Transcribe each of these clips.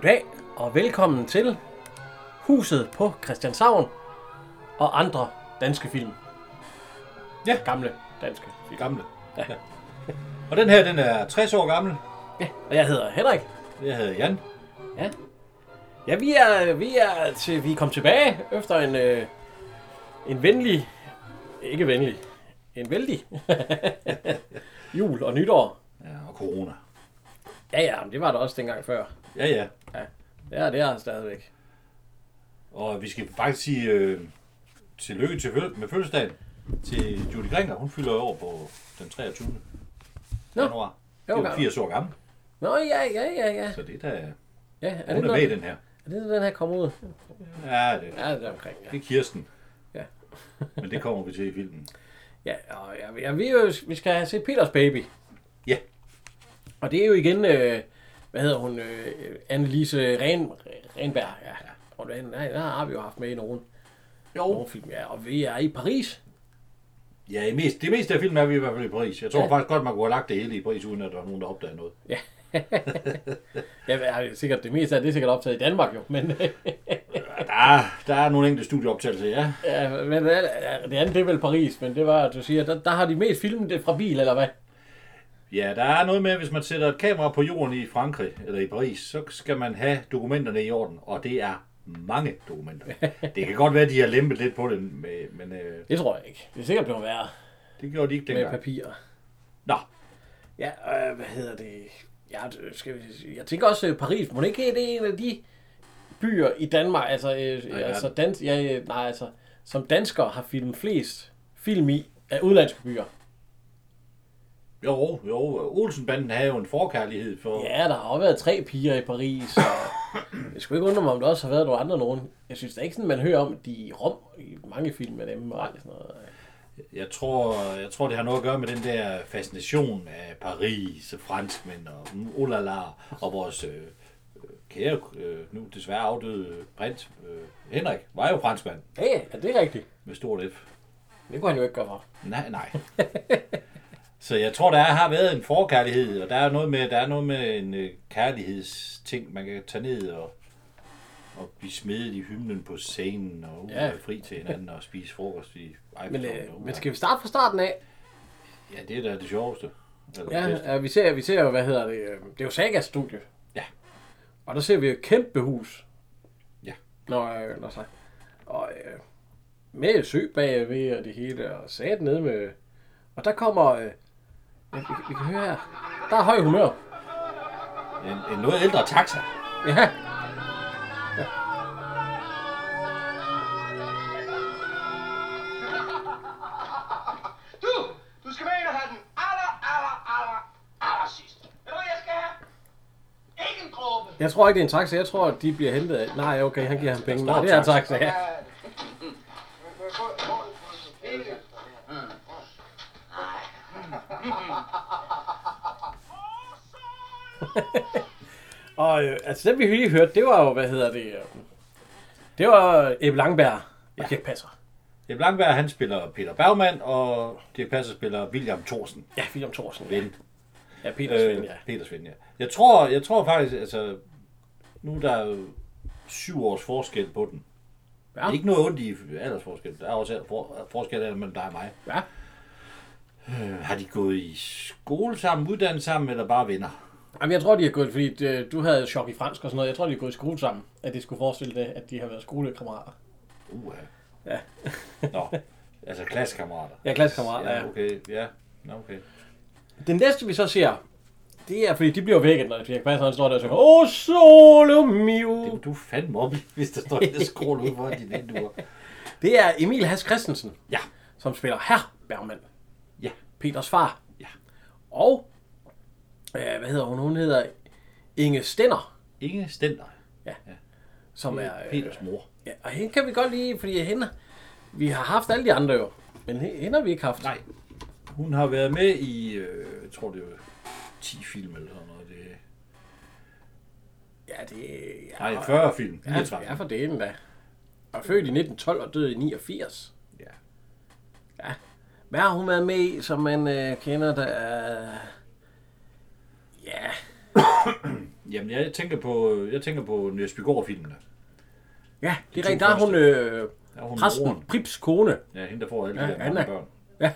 Goddag og velkommen til Huset på Christianshavn og andre danske film. Ja. Gamle danske film. Gamle. Ja. Og den her, den er 60 år gammel. Ja, og jeg hedder Henrik. Jeg hedder Jan. Ja. Ja, vi er kommet tilbage efter en venlig, ikke venlig, en vældig jul og nytår. Ja, og corona. Ja, men det var der også dengang før. Ja. Ja, det er stadigvæk. Og vi skal faktisk sige tillykke med fødselsdagen til Judy Gringer. Hun fylder år på den 23. januar. Det er 80 år gammel. Nå, ja. Så det er Ja, hun er med i den her. Er det den her kommer ud? Ja, Ja, det er omkring, ja. det er Kirsten. Ja. Men det kommer vi til i filmen. Ja, og vi skal have set Peters Baby. Ja. Og det er jo igen, hvad hedder hun, Annelise Renberg. Ja. Og den har vi jo haft med i nogle film. Ja, og vi er i Paris. Ja, det meste af filmen er vi i hvert fald i Paris. Jeg tror faktisk godt, man kunne have lagt det hele i Paris, uden at der var nogen, der opdagede noget. Ja. Ja, sikkert det meste af det er sikkert optaget i Danmark jo, men Der er nogle enkelte studieoptagelser, ja. ja, men det andet det er vel Paris, men det var, at du siger, der har de mest filmet det fra bil, eller hvad? Ja, der er noget med, at hvis man sætter et kamera på jorden i Frankrig, eller i Paris, så skal man have dokumenterne i orden, og det er mange dokumenter. Det kan godt være, at de har lempet lidt på det, men Det tror jeg ikke. Det er sikkert blevet værre det gjorde de ikke med dengang. papirer. Nå, Ja, hvad hedder det? Ja, jeg tænker også Paris, må det ikke det er en af de byer i Danmark, som danskere har filmet flest film i af udlandske byer. jo, Olsenbanden havde jo en forkærlighed for... Ja, der har også været 3 piger i Paris, og jeg skulle ikke undre mig, om der også har været nogle andre nogen. Jeg synes da ikke sådan, man hører om, at de i Rom i mange film med dem og alt sådan noget. Jeg tror, det har noget at gøre med den der fascination af Paris og franskmænd og olala og vores kære, nu desværre afdøde prins Henrik, var jo franskmand. Ja, det er rigtigt. Med stort F. Det kunne han jo ikke gøre for. Nej. Så jeg tror, der har været en forkærlighed, og der er noget med en kærlighedsting, man kan tage ned og blive smedet i hymnen på scenen og fri til hinanden og spise frokost i Men skal vi starte fra starten af? Ja, det er da det sjoveste. Ja, vi ser jo, hvad hedder det? Det er jo Sagas studie. Ja. Og der ser vi jo et kæmpe hus. Ja. Når så. Og med sø bagved og det hele, og sat nede med... Og der kommer... vi kan høre her. Der er høj humør. En noget ældre taxa. Ja. Du skal med ind og have den aller sidste. Ved du hvad jeg skal have? Ikke en dråbe. Jeg tror ikke, det er en taxa. Jeg tror, at de bliver hentet af... Nej, okay, han giver ham penge. Nej, det er en taxa, ja. Og altså, det vi lige hørte, det var jo, hvad hedder det? Det var Ebbe Langberg og Dirch Passer. Ebbe Langberg, han spiller Peter Bergman, og Dirch Passer spiller William Thorsen. Ja, William Thorsen. Ven. Ja, Peters ven, ja. Peters ven, ja. Jeg tror faktisk, altså, nu er der jo 7 års forskel på den. Ja. Ikke noget ondt i aldersforskel. Der er også forskel mellem dig og mig. Ja. Har de gået i skole sammen, uddannet sammen, eller bare venner? Jamen, jeg tror, de har gået, fordi du havde chok i fransk og sådan noget. Jeg tror, de har gået i skole sammen, at det skulle forestille det, at de har været skolekammerater. Ja. Nå, altså klassekammerater. Ja, klassekammerater, ja. Okay, ja. Okay. Den næste, vi så ser, det er, fordi de bliver vækket, når Dirch Passer står der og siger, solo mio. Du er fandme op, hvis der står et skrål ud for dine vinduer. Det er Emil Hass Christensen, Ja. som spiller Herr Bergman. Ja. Peters far. Ja. Og, hvad hedder hun? Hun hedder Inge Stenner. Inge Stenner. Som er Peters mor. Ja, og hende kan vi godt lide, fordi hende, vi har haft alle de andre jo, men hende har vi ikke haft. Nej. Hun har været med i, jeg tror det var 10 film eller sådan noget. Nej, 40 film. Ja, for delen da. Og født i 1912 og døde i 89. Ja. Hvad har hun været med i, som man kender, der er... Ja. Jamen, jeg tænker på Nøsbygård-filmene. Ja, det er rent. Der er hun præsten, moren. Prips kone. Ja, hende der får alle de der Anna. mange børn.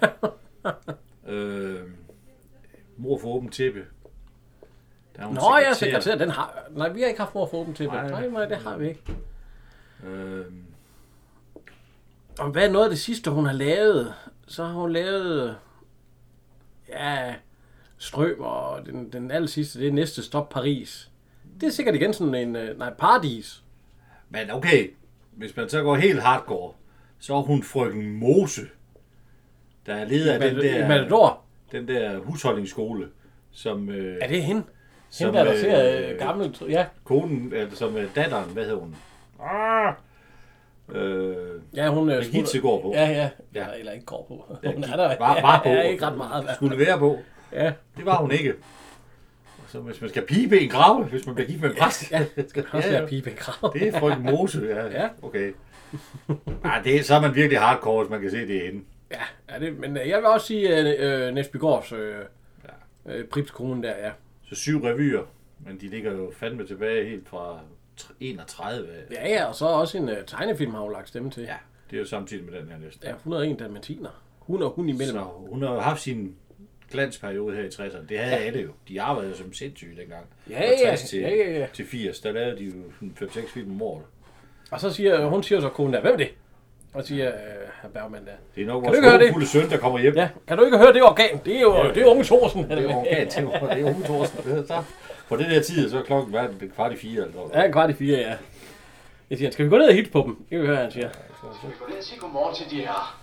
Ja. Mor for åbent tæppe. Der er hun Nå, jeg er sekretær. Den har... Nej, vi har ikke haft mor for åbent til. Nej, det har vi ikke. Og hvad er noget af det sidste, hun har lavet? Så har hun lavet... Ja... Strøm, og den aller sidste, det er Næste Stop Paris. Det er sikkert igen sådan en... Nej, Paradis. Men okay, hvis man så går helt hardcore, så er hun frøken Mose, der er leder af den der husholdningsskole, som... Er det hende? Som, hende, der ser gammel... Ja. Konen, altså som datteren, hvad hedder hun? Ja, hun... Hitze går på. Ja. Eller ikke går på. Hun er der var på. Ja, ikke ret meget. Skulle være på. Ja. Det var hun ikke. Så hvis man skal pibe en grav, hvis man bliver gift med en præst. Ja, det skal også være pibe en grav. Det er frøken Mose, ja. Okay. Ja, så er man virkelig hardcore, hvis man kan se det inde. Ja, men jeg vil også sige Næsbygårds Prips kone der, ja. Så 7 revyer, men de ligger jo fandme tilbage helt fra 31. Ja, og så også en tegnefilm har hun lagt stemme til. Ja, det er jo samtidig med den her næsten. Ja, 101 dalmatiner. Hun imellem. Så hun har haft sin glansperiode her i 60'erne. Det havde alle jo. De arbejdede som sindssyge dengang. Ja. Til 80, der lavede de jo 5-6 film om året. Og så siger hun så konen der, hvem er det? Og siger herr Bergman der. Det er nok vores fulde søn, der kommer hjem. Ja, kan du ikke høre det organ? Det er jo det er Unge Thorsen. Det er organ, det er Unge Thorsen. På det der tid, så er klokken 3:15 eller noget. Ja, 3:15, ja. Jeg siger, skal vi gå ned og hit på dem? Det kan vi høre, han siger. Skal vi gå ned og sige godmorgen til de her?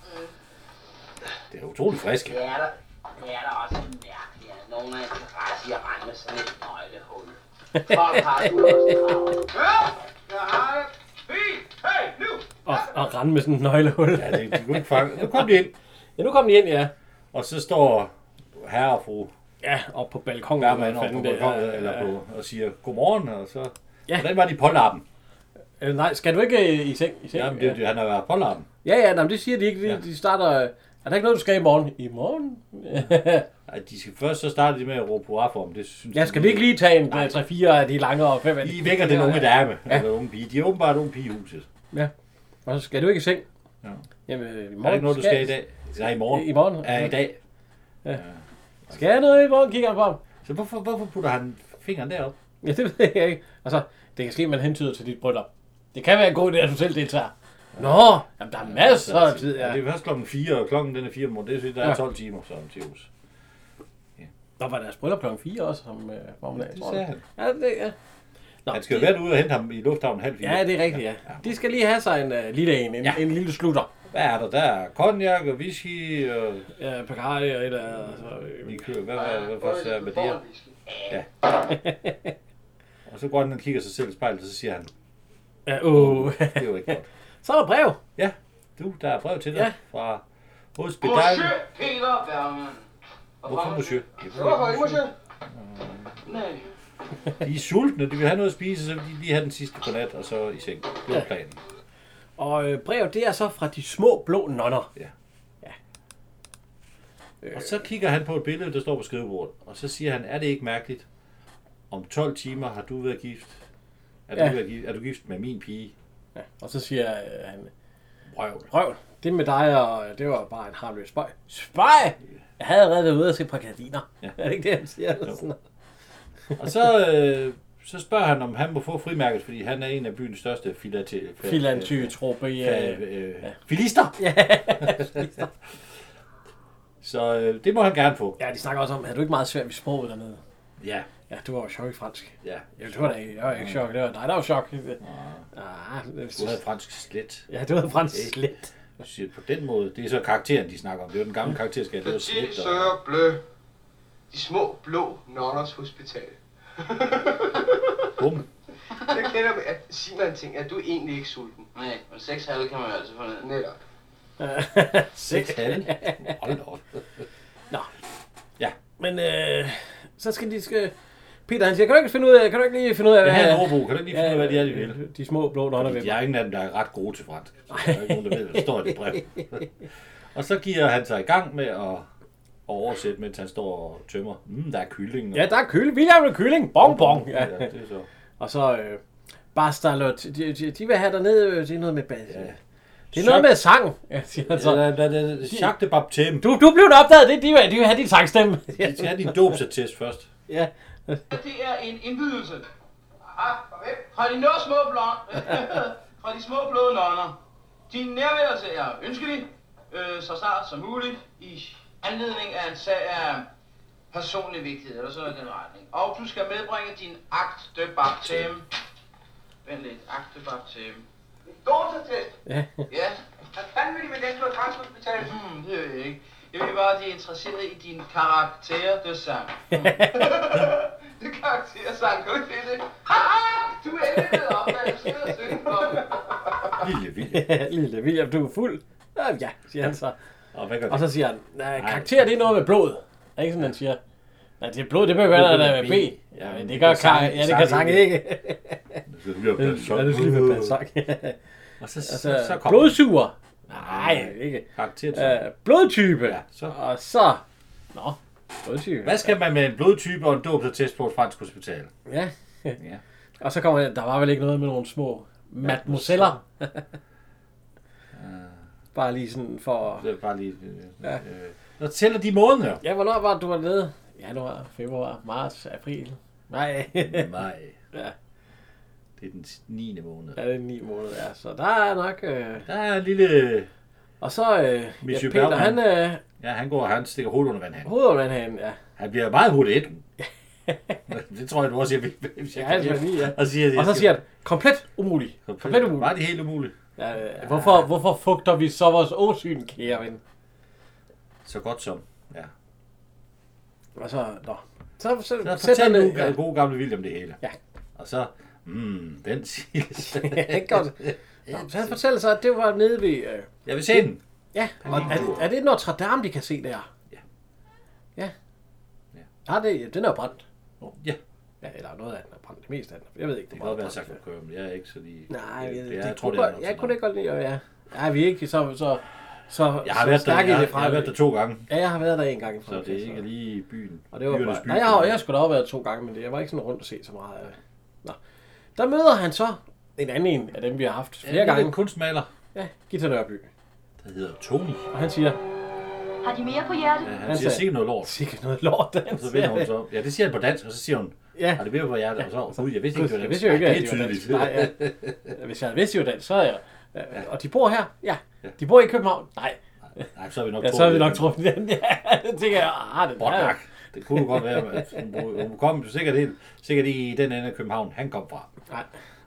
Det er utroligt frisk. Det er der også mærkeligt, at nogen af interesse i at rende med sådan et nøglehul. Folk har du også travlt. Ja, jeg har det. Hey, nu! Og rende med sådan en nøglehul. Ja, det kunne ikke fange. Nu kom de ind. Ja, nu kom de ind, ja. Og så står herre og fru Ja, op på balkonen. Bergman op på balkonen, eller på, og siger godmorgen, og så... Ja. Hvordan var de på lappen? Nej, skal du ikke i seng? Jamen, det, han har været på lappen. Ja, det siger de ikke. De starter... Er der ikke noget, du skal i morgen? I morgen? Nej, de skal først så starte de med at råbe på om det synes Ja, skal vi ikke lige tage en 3-4 af de lange og 5 af de... De vækker den unge dame, eller unge pige. De er åbenbart unge pige i huset. Ja. Og så skal du ikke i seng? Ja. Jamen, i morgen... Er det ikke noget, du skal i dag? Nej, i morgen. I morgen? Ja, i dag. Ja. Skal jeg noget i morgen, kigger han på ham. Så hvorfor putter han fingeren derop? Ja, det ved jeg ikke. Altså, det kan ske, at man hentyder til dit bryllup. Det kan være en god idé, at du selv deltager. Nå, jamen, der er masser af tid, ja. Det er først klokken 4, og klokken den er 4 om morgenen. Det er der er 12 timer, så til hus. Nå, var deres bryllup klokken 4 også, som formiddag? Det sagde han. Ja, det ja. Nå, Han skal jo være ude og hente ham i lufthavnen 3:30. Ja, det er rigtigt, ja. De skal lige have sig en lille en lille slutter. Hvad er der? Der er cognac og whisky og... Ja, Bacardi og et eller andet. likør. Hvad først er med det her? Ja. Og så går han og kigger sig selv i spejlet, og så siger han, Ja, det er jo ikke godt. Så er der brev. Ja, der er brev til dig fra Hospital. Monsieur Peter Bergman. Hvorfor monsieur? Hvorfor ikke monsieur? Nej. De er sultne, de vil have noget at spise, så vil de lige have den sidste på nat, og så i seng. Det er planen. Og brev, det er så fra de små blå nonner. Ja. Og så kigger han på et billede, der står på skrivebordet, og så siger han, er det ikke mærkeligt? Om 12 timer har du været gift? Er du gift med min pige? Ja. Og så siger han, Røv. det med dig, og det var bare en harmløs spøj. Spøj! Jeg havde allerede været ude og se på gardiner. Ja. Er det ikke det, han siger? Sådan. Og så spørger han, om han må få frimærket, fordi han er en af byens største filantytrope. Filister! Ja, Så det må han gerne få. ja, de snakker også om, havde du ikke meget svært ved sproget dernede? Ja. Ja, du var jo chok i fransk. Ja. Ja, det var da ikke, jeg var ikke chok. Det var dig, der var chok. Du havde fransk slet. Ja, du havde fransk slet. På den måde, det er så karakteren, de snakker om. Det er jo den gamle karakterskab, det var Petit slet. Sœur Bleu. De små blå nonners hospital. Bum. Jeg kender mig. Sig mig en ting. Er du egentlig ikke sulten? Nej, men 6 halve kan man jo altid få ned. Netop. 6 halv. Hold op. Nå. Ja. Men så skal de... Peter, han siger, kan du ikke lige finde ud af, Det her er Nordbo. Kan du ikke lige finde ud af, hvad de er, de vil? De små blå nonner vil. Der er ingen af dem, der er ret gode til fransk. Så der er ikke nogen, der ved, hvad der står i det brev. Og så giver han sig i gang med at oversætte, mens han står og tømmer. Der er kylling. Ja, der er kylling. William er kylling. Bong, bong. Ja. Ja, det er så. Og så Bastalot. De vil have dernede. Det er noget med det er noget med sang, siger han så. Jacques de Baptême. Du blev opdaget. De vil have din sangstemme. De skal have din dåbsattest først. Ja. Det er en indbydelse. Fra de fra de små blå nonner. Din nærværelse er ønskelig, så snart som muligt, i anledning af en sag af personlig vigtighed, eller sådan den retning. Og du skal medbringe din acte de baptême. Vent lidt, acte de baptême. Dåbsattest? Ja. Ja. Hvad fanden vil de med den på transhospitalet? Det ved jeg ikke. Jeg ved bare, at de er interesseret i din karakter de sang. Det karaktersang, kan du ikke det? Du er endelig blevet opdaget, du skal og synge for mig. Lille William. Lille William, du er fuld. Ja, siger han så. Og så siger han, karakter det er noget med blod. Er det ikke sådan, han siger? Nej, det er blod, det behøver være der med B. Ja, men det gør det kan sang ikke. Det skal lige være sang. Og så kommer blodsuger. Nej, ikke. Karakter. Blodtype. Ja, så. Og så... blodtype. Hvad skal man med en blodtype og en dåbsattest på et fransk hospital? Ja. Og så kommer der var vel ikke noget med nogle små mademoiseller. Bare lige sådan for... Det er bare lige... Når tæller de måneder. Ja, hvornår var du dernede? Januar, februar, marts, april. Nej. Nej. Ja. Det er den 9. måned. Ja, det er 9 måneder, ja. Så der er nok... Der er en lille... Og så... Monsieur Peter, Bergman. Han stikker hovedet under vandhanen. Hovedet under vandhanen, ja. Han bliver meget hurtigt et. Det tror jeg, du også siger. Og så siger han, komplet umuligt. Komplet umuligt. Var det helt umuligt? Ja, hvorfor fugter vi så vores åsyn, kære ven? Så godt som, ja. Og så, Så fortæl nu god gamle William det hele. Ja. Og så, den siger godt. Så han fortæller så, at det var nede ved... Jeg vil se den. Ja, og er det Notre Dame, de kan se der? Ja. Den er jo brændt. Ja. Ja, eller noget af den er brændt. Det meste af den. Jeg ved ikke, det kan godt være sagt for kører, men jeg er ikke så lige... Nej, jeg tror, det er jeg kunne det godt lide, ja. Ja, vi er ikke så jeg har været der 2 gange. Ja, jeg har været der 1 gang. Så det er ikke lige byen. Og det var bare... Nej, jeg har sgu da også været 2 gange, men jeg var ikke sådan rundt og se så meget af det. Nå. Der møder han så en anden af dem, vi har haft flere gange. En kunstmaler. Ja, Gita Nørby. Der hedder Tony. Og han siger... Har de mere på hjertet? Ja, han siger sikkert noget lort. Sikkert noget lort. Og så vender hun så... Ja, det siger han på dansk, og så siger hun... Ja. Har det mere på hjertet? Og så... Jeg vidste ikke, det var dansk. Jeg vidste jo ikke, at det var dansk. Nej, ja. Hvis jeg havde vidst, det var dansk, så er jeg... Og de bor her? Ja. De bor i København? Nej. Nej, så har vi nok så har vi nok truffet den. Ja, det tænker jeg. Det der. Det kunne godt være, at hun kom sikkert i den ende af København, han kom fra. Nej.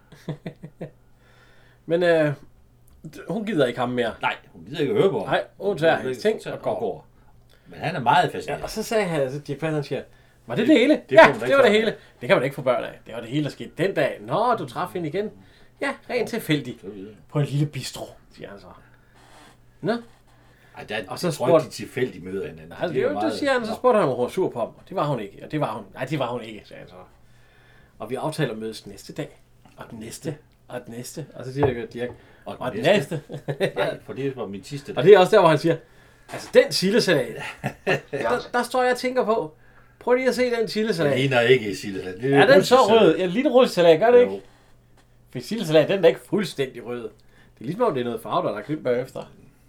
Men hun gider ikke ham mere. Nej, hun gider ikke høre på. Nej, hun tager hans ting og går. Men han er meget fascineret. Ja, og så sagde han, så Dirch Passer, han siger, var det hele? Det var det hele. Det kan man ikke få børn af. Det var det hele, der skete den dag. Nå, du traf hende igen. Ja, rent tilfældigt. På en lille bistro, siger han så. Nå. Ej, og så spurgte de tilfældigt møder hinanden. Altså, det siger han, så spurgte han, om hun var sur på ham. Det var hun ikke. Og det var hun. Nej, det var hun ikke, sagde han så. Og vi aftaler at mødes næste dag. Og den næste. Og den næste. Og så siger jeg, Dirch. Og den næste. Nej, for det var min sidste dag. Og det er også der, hvor han siger, altså den sildesalat. der står jeg og tænker på. Prøv lige at se den sildesalat. Det ligner ikke sildesalat. Er den så rød? Ja, lidt rødsalat, gør det ikke? For sildesalat, den er ikke fuldstændig rød. Det er ligesom om det er noget farve, der er købt bagefter.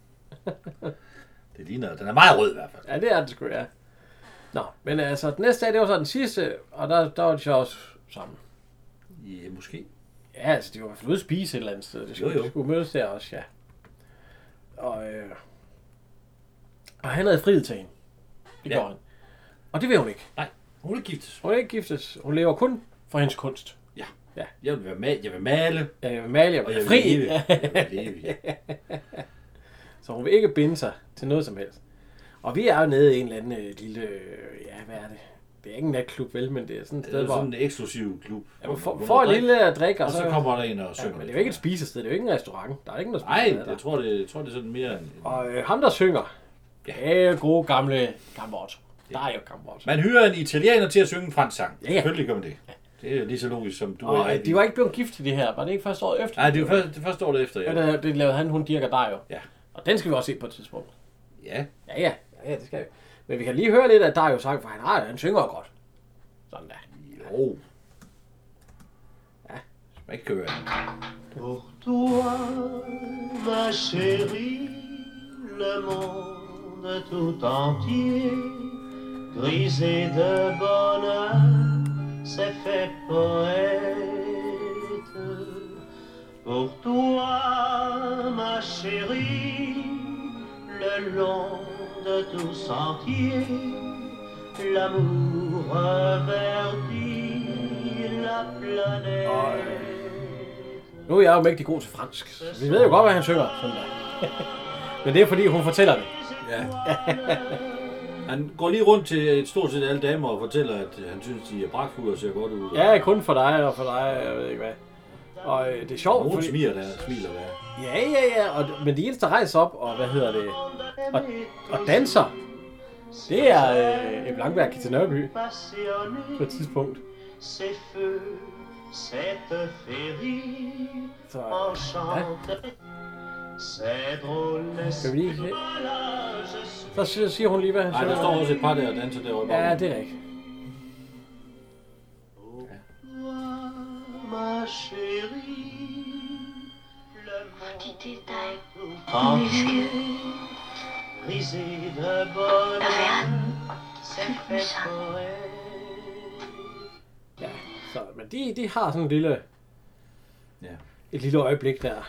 Det ligner, den er meget rød i hvert fald. Ja, det er det sgu, ja. Nå, men altså, den næste dag, det var så den sidste, og der var de så også sammen. Ja, måske. Ja, altså, de var i hvert fald ude at spise et eller andet sted. Det skulle mødes der også, ja. Og han havde friet til hende. Det gjorde han. Og det vil hun ikke. Nej, hun vil giftes. Hun vil ikke giftes. Hun lever kun for hendes kunst. Ja. Jeg vil male. Ja, jeg vil male, jeg vil fri. Jeg vil leve. Så hun vil ikke binde sig til noget som helst. Og vi er jo nede i en eller anden lille... Ja, hvad er det? Det er ikke en natklub, vel, men det er sådan et sted, hvor... sådan en eksklusiv klub. Ja, får en lille drik, og så kommer der en og synger. Men det er jo ikke et spisested, det er jo ikke en restaurant. Der er ikke noget spise. Nej, jeg tror, det er sådan mere... Og ham, der synger, er gode gamle Otto. Der er jo gamle Otto. Man hyrer en italiener til at synge en fransk sang. Ja. Selvfølgelig gør man det. Det er lige så logisk, som du og de var ikke blevet gift til det her. Var det ikke første år efter? Nej, det var første år efter, ja. Ja, det lavede han, hun, Dirch og dig jo. Ja. Og den skal vi også se på et tidspunkt. Ja. Ja, det skal vi. Men vi kan lige høre lidt, at der er jo sang, for han synger godt. Sådan der. Jo. Ja, man ikke høre. Pour toi, ma chérie, le monde tout entier, grisé de bonheur, s'est fait poète. Pour toi, ma chérie, le long de tout sentier, l'amour reverdit la planète. Nu er jeg jo mægtig god til fransk, så vi ved jo godt, hvad han synger. Sådan der. Men det er fordi, hun fortæller det. Ja. Han går lige rundt til et stort set alle damer og fortæller, at han synes, de er pragtfulde og ser godt ud. Ja, kun for dig og for dig, jeg ved ikke hvad. Og det er sjovt, Nogen fordi... smiler der. Ja. Men de eneste, der rejser op og, og danser, det er Ebbe Langberg Gita Nørby på et tidspunkt. Så, ja. Skal vi lige se? Så siger hun lige, hvad han siger. Nej, der står også et par der og danser derovre. Ja, det er rigtigt. Fordi det er dig, nysgerrig. Og verden fyldt med sang. Ja, så, men de har sådan en lille... Ja. Et lille øjeblik der.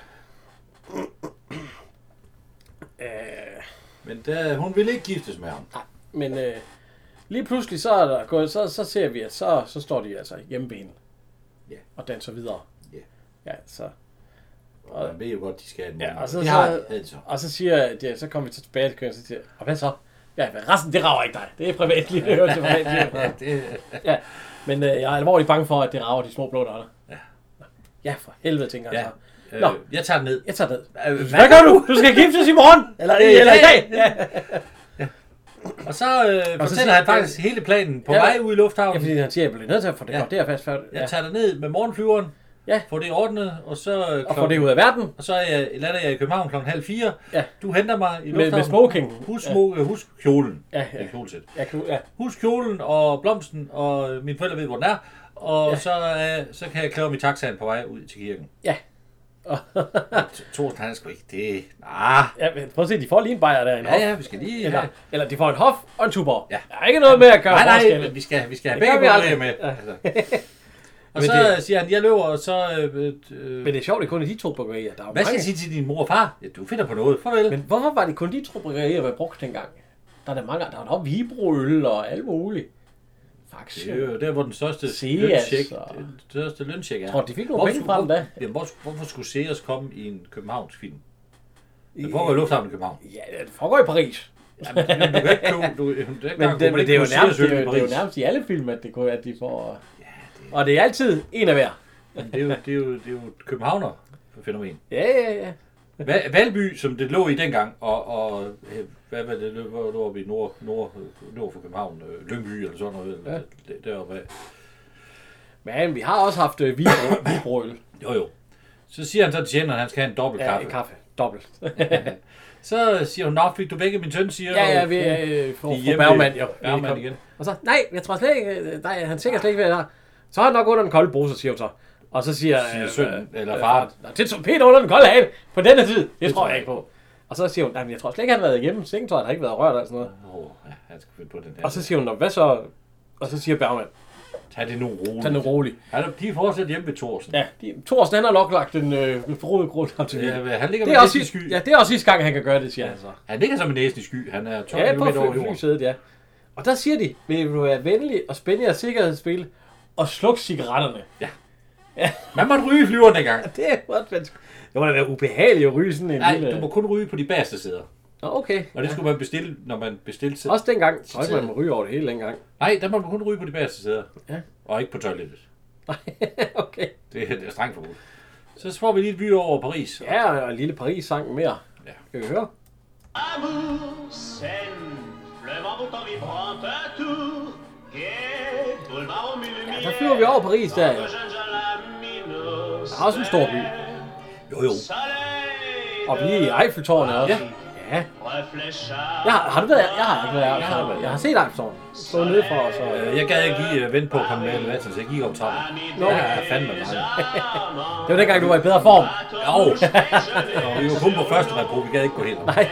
Men hun ville ikke giftes med ham. Nej, men lige pludselig så er der gået, så ser vi, at så står de altså hjemme ved hende. Ja. Og danser videre. Ja. Ja, så... Og man ved jo godt, de skal have Ja, og så siger jeg, ja, så kommer vi tilbage til køen, og så siger og hvad så? Ja, men resten, det rager ikke dig. Det er privatliv. Det er privatliv. Ja, men jeg er alvorligt bange for, at det rager de små blå nøgler. Ja. Ja, for helvede, tænker jeg så. Nå, jeg tager den ned. Hvad gør du? Du skal giftes i morgen! Eller i dag! Ja. Og så fortæller han faktisk hele planen på vej ud i lufthavnen. Ja, fordi han siger, at jeg bliver nødt til at få det godt. Det er fast færdigt. Jeg tager det ned med morgenflyveren. Ja. Få det ordnet, og så... Og få det ud af verden. Og så lander jeg i København kl. 3:30. Ja. Du henter mig i lufthavnen. Med smoking. Husk kjolen. Ja. Husk kjolen og blomsten, og mine forældre ved, hvor den er. Og så kan jeg klæde mig i taxaen på vej ud til kirken. Ja. Thorsten, han er sgu ikke det. Ja, men prøv at se, de får lige en bajer der. Ja, vi skal lige... Eller de får en hof og en tuborg. Ja. Der er ikke noget med at gøre forskel. Nej, vi skal have begge måler med. Og så siger han, jeg løber, og så... Men det er sjovt, det er kun de to bryggerier. Hvad skal jeg sige til din mor og far? Ja, du finder på noget. Farvel. Men hvorfor var det kun de to bryggerier, der brugt dengang? Der er der mange, der var nok Vibroøl og alt muligt. Faktisk. Det er jo der, hvor den største løncheck er. Jeg tror, de fik nogle penge fra den da. Hvorfor skulle Sears komme i en Københavns film? Det foregår i lufthavnen i København. Ja, det foregår i Paris. Jamen, du kan ikke købe... Men det er jo nærmest i alle film, at de får... Og det er altid en af hver. Det er jo et københavner-fænomen. Ja. Valby, som det lå i dengang, og hvad var det, lå oppe i nord for København, Lyngby eller sådan noget, deroppe af. Men vi har også haft Vibroøl. Jo. Så siger han så til tjeneren, at han skal have en dobbelt kaffe. Ja, en kaffe. Dobbelt. Så siger hun, fik du væk af min søn, siger Ja, vi får Bergman, jo. Bergman igen. Og så, nej, jeg tror slet ikke, han sikkert slet ikke være der. Så er han nok under den kolde bruse, siger hun så. Og så siger sønnen, eller faren. Det er Peter under den kolde hane på denne tid. Det tror jeg ikke på. Og så siger hun, nej, men jeg tror slet ikke, han har været hjemme. Sengetøjet har ikke været rørt eller sådan noget. Ja, han skal finde på den her. Og så siger hun, hvad så? Og så siger Bergman, tag det nu roligt. De er fortsat hjemme ved Thorsten. Ja, Thorsten, han har nok lagt den forrådede grund til ja, han ligger med næsten i sky. Ja, det er også sidste gang, han kan gøre det, siger han så. Han ligger så med næsten i sky. Han er 12 km over jorden. Ja. Og der siger de, vil du være venlig og spænde jeres sikkerhedsspil og sluk cigaretterne. Ja. Man måtte ryge i flyveren dengang. Det er godt fandt. Det må da være ubehageligt at ryge sådan en lille... Nej, du må kun ryge på de bagerste sæder. Okay. Og det skulle man bestille, når man bestilte sæder. Også dengang. Jeg tror ikke, man må ryge over det hele dengang. Nej, der må man kun ryge på de bagerste sæder. Ja. Og ikke på toilettet. Okay. Det er strengt forbudt. Så får vi lige et by over Paris. Ja, og en lille Paris-sang mere. Ja. Kan vi høre? Ja, der flyver vi over Paris der. Der er også en stor by. Jo. Og vi er i Eiffeltårnet også. Ja. Ja. Har du været? Jeg har ikke været. Jeg har set Eiffeltårn. Stået nede for og så... Jeg gad ikke lige vente på at komme med elevator, så jeg gik op trappen. Nå. Jeg er fandme meget. Det var dengang, du var i bedre form. Jo. Og vi var kun på første repro, vi gad ikke gå helt op. Nej.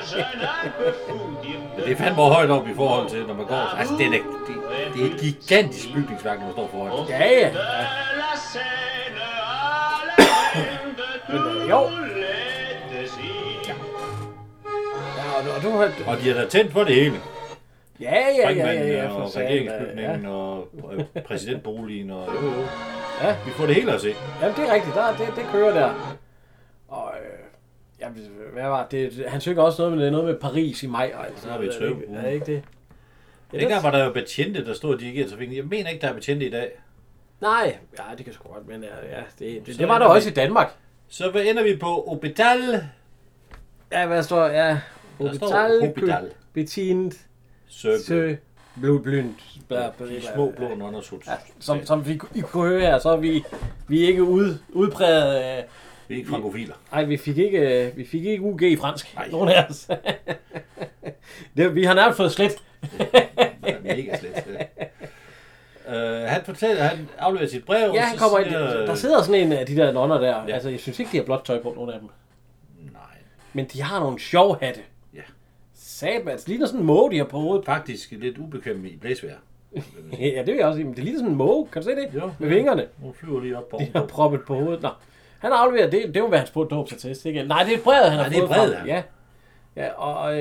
Men det er fandme højt op i forhold til, når man går. Altså, det er et gigantisk bygningsværk, når man står foran. Ja. Men jo. Og de har da tændt for det hele. Ja. Og regeringsbygningen og præsidentboligen og jo. Ja. Vi får det hele at se. Jamen, det er rigtigt. Det kører der. Og hvad var det? Han synger også noget med Paris i maj. Så har vi et tøv. Er ikke det? Dengang var der jo betjente, der stod og dirigerede trafikken. Jeg mener ikke, der er betjente i dag. Nej, ja, det kan sgu godt, men det var der også i Danmark. Så ender vi på Hospital. Ja, hvad står der? Hospital. Betjent. Sø. Blodblynd. De små blå nonnersut. Ja, som vi kunne høre her, så er vi ikke udpræget. Vi er ikke frankofiler. Nej, vi fik ikke UG i fransk. Nej. Nogen af os. Vi har nærmest fået slet. Mega slet. Han fortæller, han afleverer sit brev. Ja, han kommer ind. Der sidder sådan en af de der nonner der. Ja. Altså, jeg synes ikke, de har blåt tøj på, nogle af dem. Nej. Men de har nogle sjove hatte. Ja. Sabats. Det ligner sådan en måge, de har på hovedet. Faktisk lidt ubekvemt i blæsvejr. Ja, det vil jeg også sige. Men det ligner sådan en måge. Kan du se det? Jo. Med vingerne. Hun flyver lige op på. De har proppet på hovedet. Nå. Han afleverer det. Det må være hans dåbsattest, ikke? Nej, det er brevet, han har fået. Det er brevet, ja. Ja, og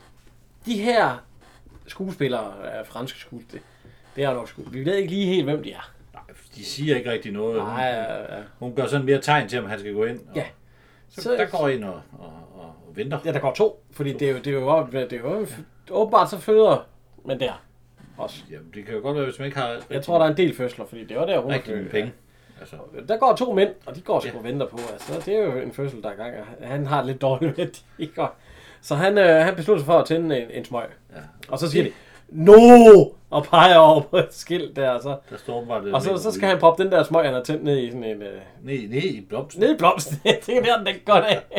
de her skuespillere, franske skuespillere, det er nok skuespillere. Vi ved ikke lige helt, hvem de er. Nej, de siger ikke rigtig noget. Nej, hun gør sådan mere tegn til, om han skal gå ind. Og ja. Så der går ind og venter. Ja, der går 2, fordi det er jo åbenbart så føder man der også. Jamen, det kan jo godt være, hvis man ikke har... Jeg tror, der er en del fødsler, fordi det er der, hun rigtig penge. Altså. Der går 2 mænd, og de går sgu og venter på. Altså, det er jo en fødsel, der er i gang. Han har lidt dårligt ved det. Så han beslutter sig for at tænde en smøg. Ja. Og så siger de, no! Og peger over på et skilt der. Så, der står bare det. Og så skal han proppe den der smøg, han har tændt ned i sådan en... Ned i blomsten. Ned i blomsten. Det er den ikke godt af.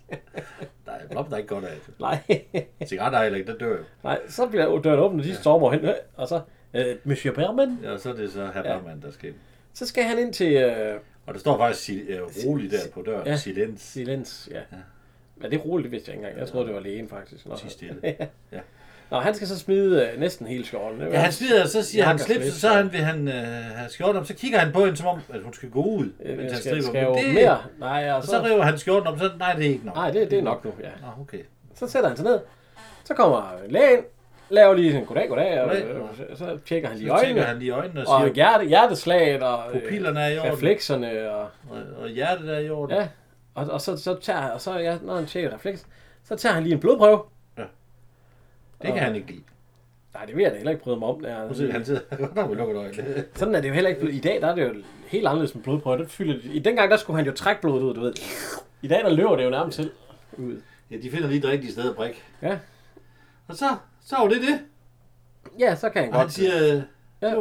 Nej, blomsten er ikke godt af. Nej. Cigaretter heller ikke, der dør jo. Nej, så bliver døren åbnet, og de stormer hen. Og så, Monsieur Berman. Ja, så er det så herr Berman, der skal. Så skal han ind til... Og der står faktisk roligt der på døren. Ja, Silens. Silens, ja. Ja, det er roligt, det vidste jeg ikke engang. Jeg troede, det var lægen, faktisk. Ja. Nå, han skal så smide næsten hele skjorten. Ja, han smider, så siger han slips, så vil han have skjorten om. Så kigger han på hende, som om at hun skal gå ud. Skal jo mere. Nej, og så river han skjorten om, så nej, det er ikke nok. Nej, det er nok nu, ja. Nå, okay. Så sætter han sig ned. Så kommer lægen, laver lige sådan goddag, og så tjekker han lige øjnene. Og hjerteslaget, og pupillerne er i orden. Reflekserne, og hjertet er i orden. Ja, og så tager når han tjekker refleks, så tager han lige en blodprøve. Ja. Det kan han ikke lide. Nej, det vil jeg da heller ikke prøve mig om. Han sidder godt med lukket øjne. Sådan er det jo heller ikke. I dag der er det jo helt anderledes med blodprøve. I dengang der skulle han jo trække blodet ud, du ved. I dag der løber det jo nærmest selv ud. Ja, de finder lige det rigtige sted at brække. Ja. Og så var det. Ja, så kan han godt. Han siger... Ja,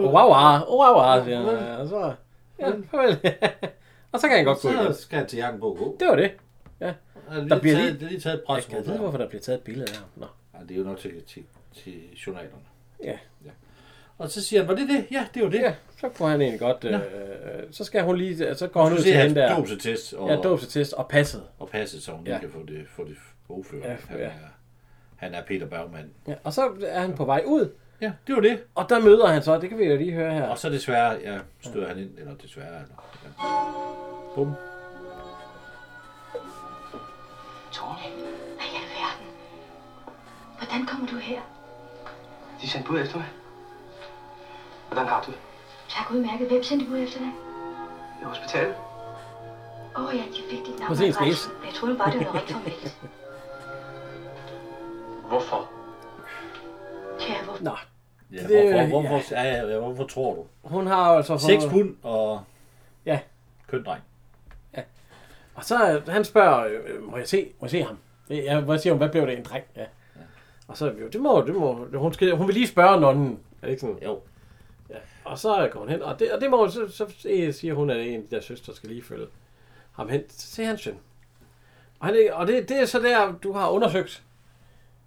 siger han. Og så... Ja, farvel. Og så kan han godt gå igen. Så skal han til jakken på at gå. Det var det. Ja. Der bliver lige taget et pres. Jeg ved, hvorfor der bliver taget et billede her. Nå. Ja, det er jo nok til journalerne. Ja. Og så siger han, var det? Ja, det var det. Ja, så får han egentlig godt... så skal hun lige... Så går han ud til hende der... Dåbsattest. Ja, dåbsattest og passet. Og passet, så hun lige kan få det bogført. Ja. Han er Peter Bergman. Ja, og så er han på vej ud. Ja, det var det. Og der møder han så, det kan vi jo lige høre her. Og så desværre, støder han ind, eller desværre, Bum. Tony, hvad i alverden? Hvordan kommer du her? De sendte bud efter mig. Hvordan har du det? Tak udmærket. Hvem sendte bud efter dig? I hospitalet. Ja, de fik dit navn. Prøv at se, Jeg troede bare, det var rigtig formelt. Hvorfor? Ja, hvorfor? Nå. Ja, hvorfor tror du? Hun har altså fået... 6 pund og... Ja. Køn dreng. Ja. Og så han spørger, må jeg se ham? Hvor siger hun, hvad blev det, en dreng? Ja. Og så, det må hun vil lige spørge nonnen. Er det ikke sådan? Jo. Ja. Og så går hun hen, og det må hun, så siger hun, at en af de der søstre skal lige følge ham hen til hans søn. Og det er så der, du har undersøgt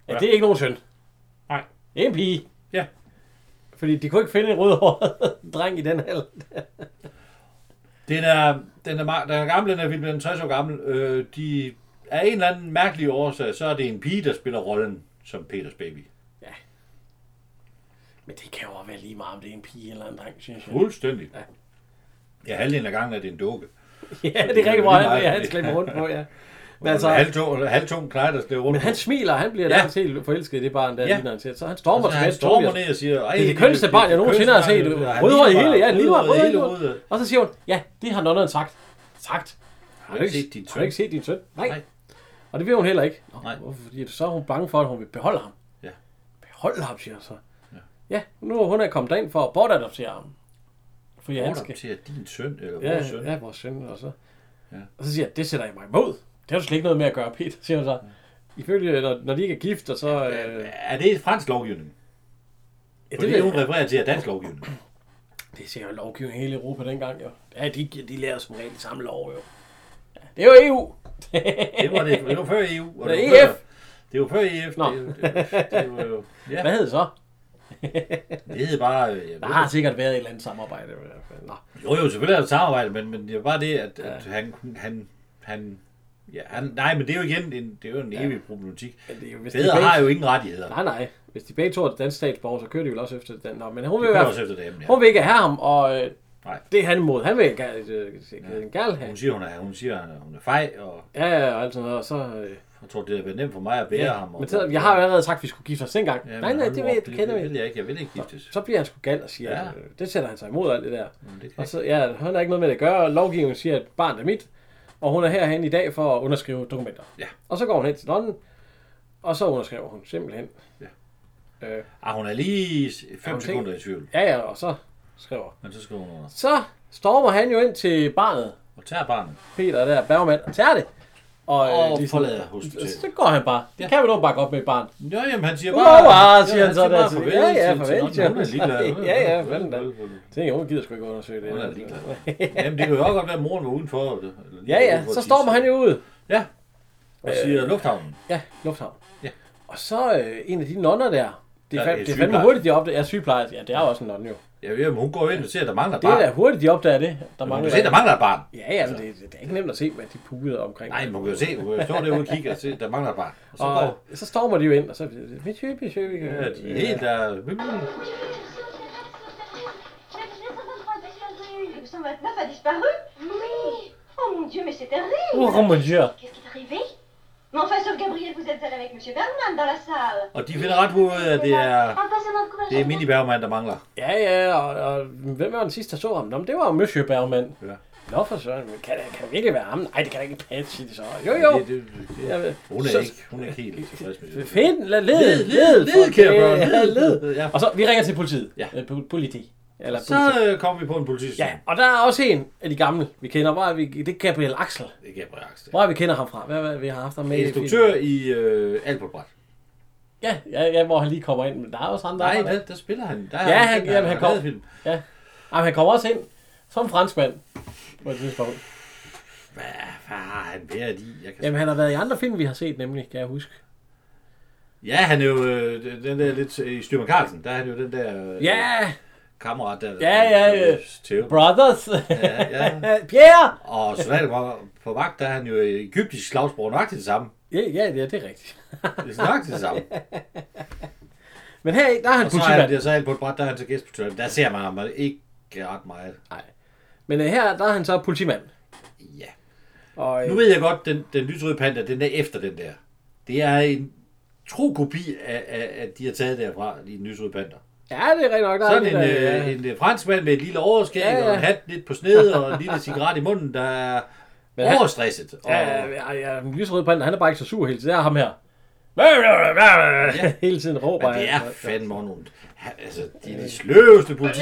Ja, det er ikke nogen søn. Nej. Det er en pige. Ja. Fordi de kunne ikke finde en rødhåret dreng i den alder. Den er gammel, den er vildt, den er 60 år gammel. De af en eller anden mærkelig årsag, så er det en pige, der spiller rollen som Peters baby. Ja. Men det kan jo også være lige meget, om det er en pige eller en dreng, synes jeg. Fuldstændig. Ja. Ja, halvdelen af gangen er det en dukke. Ja, det er rigtig meget, han slæber rundt på, ja. Men altså, halvtung knejt, der slæber rundt. Men han smiler, han bliver nærmest helt forelsket i det barn, der ligner han til. Så han stormer altså, tilbage. Han stormer ned og siger, det er det kønneste barn, jeg nogensinde har set. Rødhåret i hele, ja, lige meget. Og så siger hun, ja, det har nonneren sagt. Har du ikke set din søn? Har du ikke set din søn? Nej. Og det vil hun heller ikke. Nej. Fordi så er hun bange for, at hun vil beholde ham. Ja. Beholde ham, siger så. Ja, nu er hun kommet derind for at bortadoptere ham. Fordi bortadoptere din søn, eller vores søn? Ja, vores søn, og så. Ja. Og så siger jeg, det sætter jeg mig imod. Det har du slet ikke noget med at gøre, Peter, siger hun så. Ifølge, når de ikke er gift, og så... Er det fransk lovgivning? Ja, det hun refererer til, dansk lovgivning. Det siger jo lovgivning hele Europa dengang, jo. Ja, de lærer som regel samme lov, jo. Ja, det er jo EU. det var før EU. Og det er EF. Det var før EF. Nå. Det var jo, ja. Hvad hed det så? Det hed bare... Der har sikkert været et eller andet samarbejde. Nå. Jo, selvfølgelig er der samarbejde, men det var bare det, at han nej, men det er jo igen en evig problematik. Fædre har jo ingen rettigheder. Nej. Hvis de begge to er dansk statsborger, så kører de vel også efter den. Nå, men hun hun vil ikke have ham, og det er han imod. Han vil gerne have. Hun siger, hun er fej. Og ja, og alt sådan noget. Og så... Jeg tror, det har været nemt for mig at bære ham. Men jeg har jo allerede sagt, at vi skulle gifte os dengang. Ja, nej, det kender vi. Jeg vil ikke giftes. Så bliver han sgu gal og siger, det sætter han sig imod alt det der. Og så, han har ikke noget med det at gøre. Lovgivningen siger, at barnet er mit. Og hun er herhen i dag for at underskrive dokumenter. Ja. Og så går hun hen til London, og så underskriver hun simpelthen. Ja. Hun er lige 5 sekunder i tvivl. Ja, og så skriver. Men så skriver hun under. Så stormer han jo ind til barnet. Og tager barnet. Peter der, Bergman, og tager det. Og forlader hospitalet. Så går han bare. Det kan vi dog bare godt med et barn. Ja, jamen han siger bare... siger han så der. Farvel. Hun er ligeglad. Ja, fanden da. Tænker, hun gider sgu ikke undersøge det. Hun er ligeglad. Jamen det kan jo også godt være, at moren var udenfor. Ja, så stormer han jo ud. Ja, og siger lufthavnen. Ja, lufthavnen. Ja. Og så en af de nonner der. Det er fandme hurtigt, de opdager. Ja, sygeplejerske. Ja, det er jo også en nonne jo. Ja, men hun går ind og ser, at der mangler et barn. Det er da hurtigt, de opdager det. Der mangler et barn. Ja, men det er ikke nemt at se, hvad de puder omkring. Nej, man kan jo se. Hun står derude og kigger og se, der mangler et barn. Og så stormer de jo ind, og så... Monsieur. Ja, de er helt der... Votre meuf a disparu? Oui. Oh mon Dieu, mais c'est terrible. Oh mon Dieu. Qu'est-ce qui est arrivé? Mais enfin, sauf Gabriel, vous êtes seul avec Monsieur Bergman dans la salle. Og de finder ret ud af, at det er Mini Bergman, der mangler. Ja, og hvem var den sidste, der så ham? Nå, det var Monsieur Bergman. Ja. Nå for søren, kan det virkelig være ham? Nej, det kan da ikke passe i det så. Jo. Hun er ikke helt tilfreds med det. Find, led, kære børn. Led. Og så, vi ringer til politiet. Ja. Politi. Eller så kommer vi på en politistation. Ja, og der er også en af de gamle, vi kender. Hvor er det er Gabriel Axel. Det er Gabriel Axel. Hvor er vi kender ham fra? Hvad vi har haft ham med? Instruktør i Alt på et bræt. Ja, hvor han lige kommer ind. Men der er også andre. Nej, der spiller han. Han kommer. Ja. Han kommer også ind som franskmand. På et tidspunkt. Hvad har han været i? Jamen, han har været i andre film, vi har set, nemlig, kan jeg huske. Ja, han er jo den der lidt i Styrman Carlsen. Der er han jo den der... Ja! Kammerat der. Ja. Brothers. Ja. Pierre! Og så på vagt, der er han jo i egyptisk slagsbrug nøjagtigt det samme. Ja, det er rigtigt. Det er nøjagtigt det samme. Men her, der er han politimand. Og så er han på et bræt, der er han så gæstportør. Der ser man ham ikke ret meget. Nej. Men her, der er han så politimand. Ja. Og, nu ved jeg godt, den lysrøde panda, den der efter den der. Det er en tro kopi af de har taget derfra, i den lysrøde panda. Ja, det er rigtig nok. Der sådan en franskmand med et lille overskæg og en hat lidt på sned og en lille cigaret i munden, der er overstresset. Ja, den lysrøde panda, han er bare ikke så sur hele tiden. Det er ham her. Hele tiden råber. Men det er fandme nogle... Altså, de er de sløveste politi.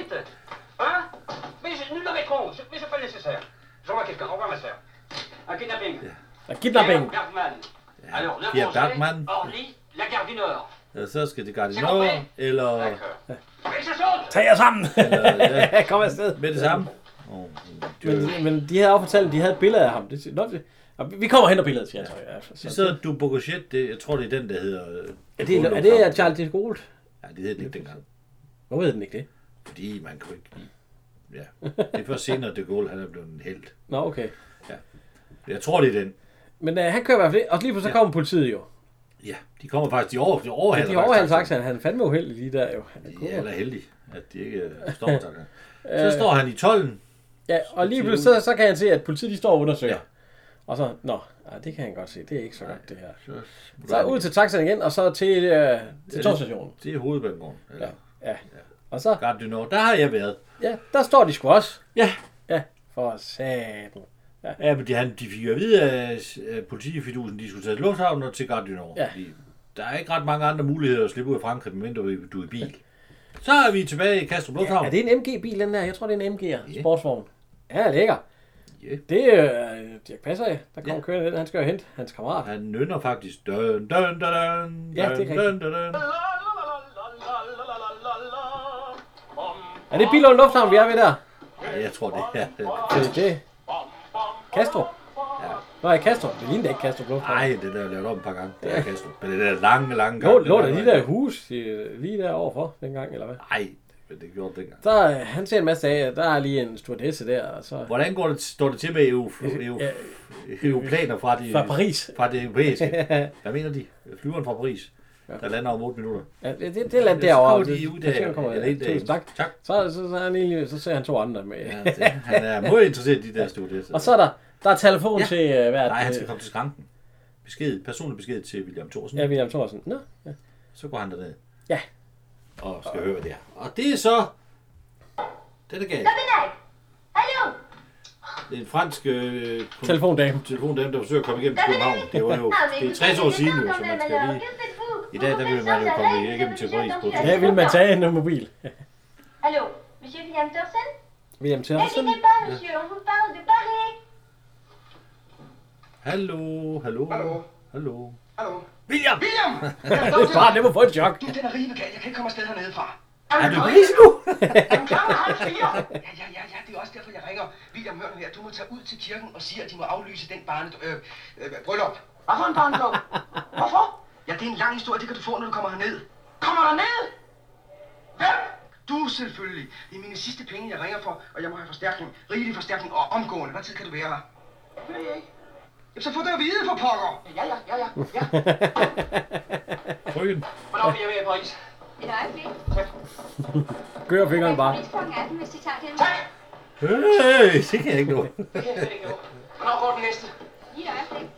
Mais nous l'arrêterons, mais c'est pas nécessaire. J'envoie quelqu'un, au revoir ma sœur. Un kidnapping. Un kidnapping. Bergman. Alors, le Pierre Bergman. Orly, la gare du Nord. Ja, så skal det Gare du Nord, eller... Tag jer sammen! Kom afsted. Med det samme. Men de havde også fortalt, at de havde et billede af ham. Og vi kommer hen og billedet, siger jeg. Ja. Så du Bocochet, jeg tror, det er den, der hedder... Er det Charles de Gaulle? Ja, det hed den ikke dengang. Hvorfor hed den ikke det? Fordi man kunne ikke lide. Ja, det er først senere, de Gaulle, han er blevet en helt. Nå, okay. Ja, jeg tror, det er den. Men han kører i hvert fald det, og lige pludselig så kommer politiet jo. Ja, de kommer faktisk, de overhaler. De overhaler taxaen, han er fandme uheldig lige der jo. De er heldige, at de ikke står på taxaen. Så står han i tolden. Ja, og lige pludselig så kan han se, at politiet de står og undersøger. Ja. Og så, det kan han godt se, det er ikke så godt det her. Så ud til taxaen igen, og så til togstationen. Det er hovedbanegården. Ja. Og så... Gare du Nord, der har jeg været. Ja, der står de sgu også. Ja. Ja, for satan. Ja, men de fik jo at vide af politifidusen, de skulle tage til lufthavnen og til Gare du Nord. Ja. Der er ikke ret mange andre muligheder at slippe ud af Frankrig, medmindre du er i bil. Så er vi tilbage i Kastrup Lufthavn. Ja, er det en MG-bil, den der? Jeg tror, det er en MG'er. Sportsvogn. Ja, lækker. Yeah. Det er Dirch Passer, der kommer kørende ind. Han skal jo hente hans kammerat. Han nynner faktisk. Dun, dun, dun, dun, Ja, det er dun, rigtigt. dun, dun. Er det Billund Lufthavn, vi er ved der? Ja, jeg tror det er. Det. Castro? Ja. Nå, er Castro? Det ligner ikke Castro Lufthavn. Nej, det der er lavet om et par gange. Det er Kastrup. Men det der lange Lå der lige der hus lige der overfor dengang, eller hvad? Nej, det gjorde det dengang. Så han ser en masse af, der er lige en stewardesse der, og så... Hvordan står det til med EU-planer fra Paris? Fra det europæiske. Hvad mener de? Flyveren fra Paris, der lander om 8 minutter. Ja, det lander derovre. Så de ud der. Tak. Så ser han 2 andre med. Ja, han er meget interesseret i de der stewardesser. Og så er der er telefon til... Nej, han skal komme til skranken. Personlig besked til William Thorsen. Ja, William Thorsen. Nå, ja. Så går han derned. Ja. Og skal høre, hvad det er. Og det er så... Det er galt. Hallo? Det er en fransk telefondame, der forsøger at komme igennem København. Det er 60 år siden nu, så man skal lige... I dag, der vil man jo komme igennem til Paris på. Ja, vil man tage en mobil. Hallo, monsieur William Thorsen? William Thorsen? Ne quittez pas, monsieur, on vous parle de Paris. Hallo. William! Det var for et chok. Du, den er rive gal. Jeg kan ikke komme afsted hernede fra. Er du i Paris nu? Jamen, klokken er 3:30. Ja, det er også derfor, jeg ringer. William, hør nu her. Du må tage ud til kirken og sige, at de må aflyse den bryllup. Hvad for en barndom? Hvorfor? Ja, det er en lang historie. Det kan du få, når du kommer herned. Kommer der ned? Hvem? Du selvfølgelig. Det er mine sidste penge, jeg ringer for, og jeg må have forstærkning. Rigelig forstærkning og omgående. Hvad tid kan du være her? Det ved jeg ikke. Jamen, så få det at vide for pokker. Ja. Frøken. Hvornår bliver jeg ved i Paris? Et øjeblik. Gør fingrene bare. Klokken 18, hvis de tager det. Tak! Det kan jeg ikke nå. Det kan jeg slet ikke nå. Hvornår går den næste? I et øjeblik.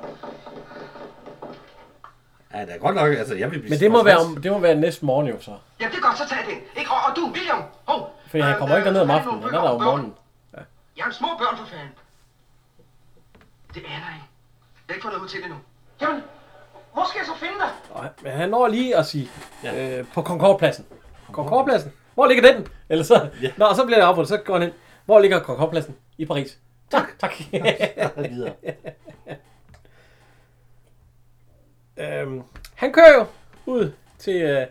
Ja, det er godt nok, altså jeg vil blive... Men det må være næste morgen jo så. Ja, det er godt, så tag den. Ikke? Og du, William. Fordi han kommer ikke derned om aftenen, han er der om morgenen. Ja. Jeg har små børn for fanden. Det aner jeg ikke. Jeg har ikke fået noget hotel endnu. Jamen, hvor skal jeg så finde dig? Men han når lige at sige, på Concordepladsen. Concordepladsen? Hvor ligger den? Eller så, Nå, så bliver det afbrudt, så går han hen. Hvor ligger Concordepladsen? I Paris. Tak. Han kører jo ud til...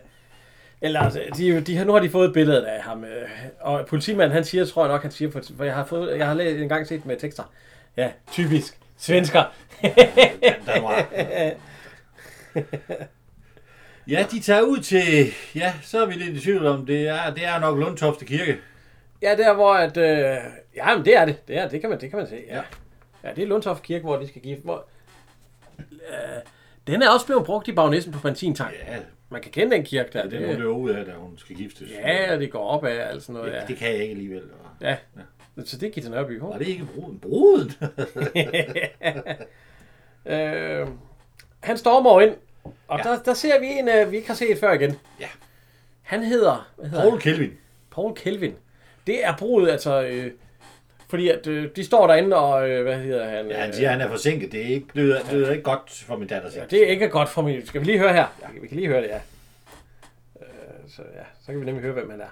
nu har de fået et billede af ham. Og politimanden, han siger, tror jeg nok, for jeg har læst en gang set med tekster. Ja, typisk. Svensker. Ja, de tager ud til... Ja, så er vi lidt i tvivl om, det er nok Lundtofte Kirke. Ja, der hvor at... men det er det. Det kan man se. Ja, det er Lundtofte Kirke, hvor de skal give... Den er også blevet brugt i Bagnæssen på benzintank. Ja. Man kan kende den kirke der. Det er hun ud af, da hun skal giftes. Ja, og det går op af alt sådan noget. Ja, det kan jeg ikke alligevel. Ja. Så det er Githa Nørby. Var det ikke bruden? Han stormer ind, og der ser vi en, vi ikke har set før igen. Ja. Han hedder... Paul Kelvin. Det er brudet, altså... fordi at de står derinde, og hvad hedder han? Ja, han siger, han er forsinket. Det er ikke godt for min datter. Ja, det er ikke godt for min... Skal vi lige høre her? Ja. Vi kan lige høre det, ja. Så kan vi nemlig høre, hvem han er.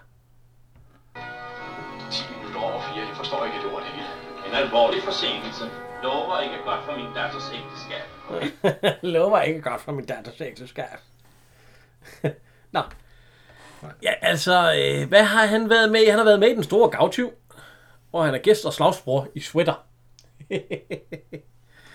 10 minutter over 4. Jeg forstår ikke et ord det hele. En alvorlig forsinkelse. Lover ikke godt for min datters ægteskab. Lover ikke godt for min datters ægteskab. Nå. Ja, altså, hvad har han været med? Han har været med i Den Store Gavtyv, hvor han er gæst og slagsbror i Sweater.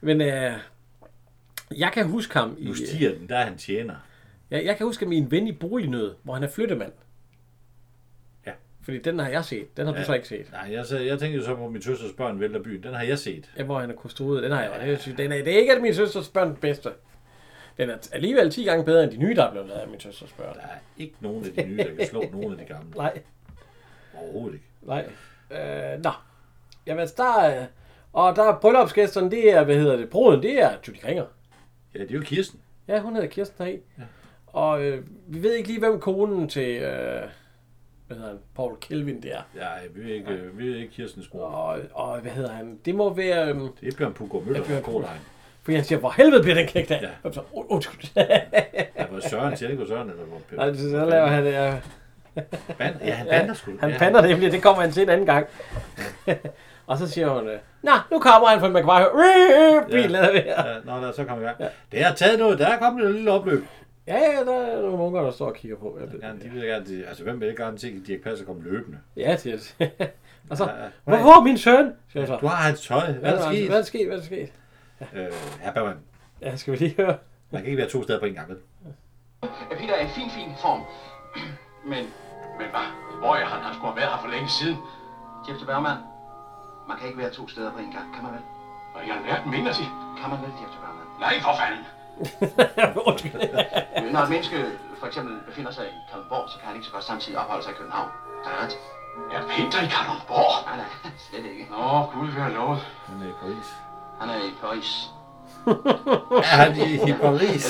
Men jeg kan huske ham Nu stiger den, der er han tjener. Jeg kan huske ham i En ven i bolignød, hvor han er flyttemand. Ja. Fordi den har jeg set. Den har du så ikke set. Nej, jeg tænker jo så på Min søsters børn vælter byen. Den har jeg set. Ja, hvor han er kosturet. Den har jeg. Det er ikke af Min søsters børn den bedste. Den er alligevel 10 gange bedre end de nye, der er blevet lavet af Min søsters børn. Der er ikke nogen af de nye, der kan slå nogen af de gamle. Nej. Overhovedet ikke. Nej. Nå. Jamen, der er bryllupsgæsterne, det er, bruden, det er Judy Kringer. Ja, det er jo Kirsten. Ja, hun hedder Kirsten heri. Ja. Og vi ved ikke lige, hvem konen til, hvad hedder han, Paul Kelvin, det er. Ja, vi er ikke Kirstens mor. Og hvad hedder han? Det må være... Det er Bjørn Puggaard Møller fra Kordegn. Fordi han siger, hvor helvede bliver den knægt af? Ja. Undskyld. Ja, var Søren, siger ikke Søren, eller hvor? Nej, så laver han det. Ja, han bander sgu. Han pander det, det kommer han til en anden gang. Og så siger hun, nå, nu kommer han, for man kan bare høre, bilen er ved. Nå, så kommer vi i gang. Ja. Det har taget noget, der er kommet et lille opløb. Ja, der er nogle unger, der står og kigger på. De vil gerne, altså hvem vil ikke gerne se, at Dirch Passer kommer løbende? Ja, siger det. Og så, hvor er min søn? Du har hans tøj. Hvad er der sket? Herr Bergman. Ja, skal vi lige høre. Man kan ikke være 2 steder på en gang, vel? Peter er i fin form. Men hvad? Hvor er han? Han skulle have været her for længe siden. Jeff Bergman, man kan ikke være 2 steder på en gang, kan man vel? Hvad i alverden mener de? Kan man vel, Jeff Bergman? Nej, for fanden. Når et menneske for eksempel befinder sig i Kalundborg, så kan han ikke så godt samtidig opholde sig i København. Der er ret. Er Peter i Kalundborg? Nej, slet ikke. Nå, Gud vil have lovet. Han er i Paris. Han er i Paris. Er han i Paris?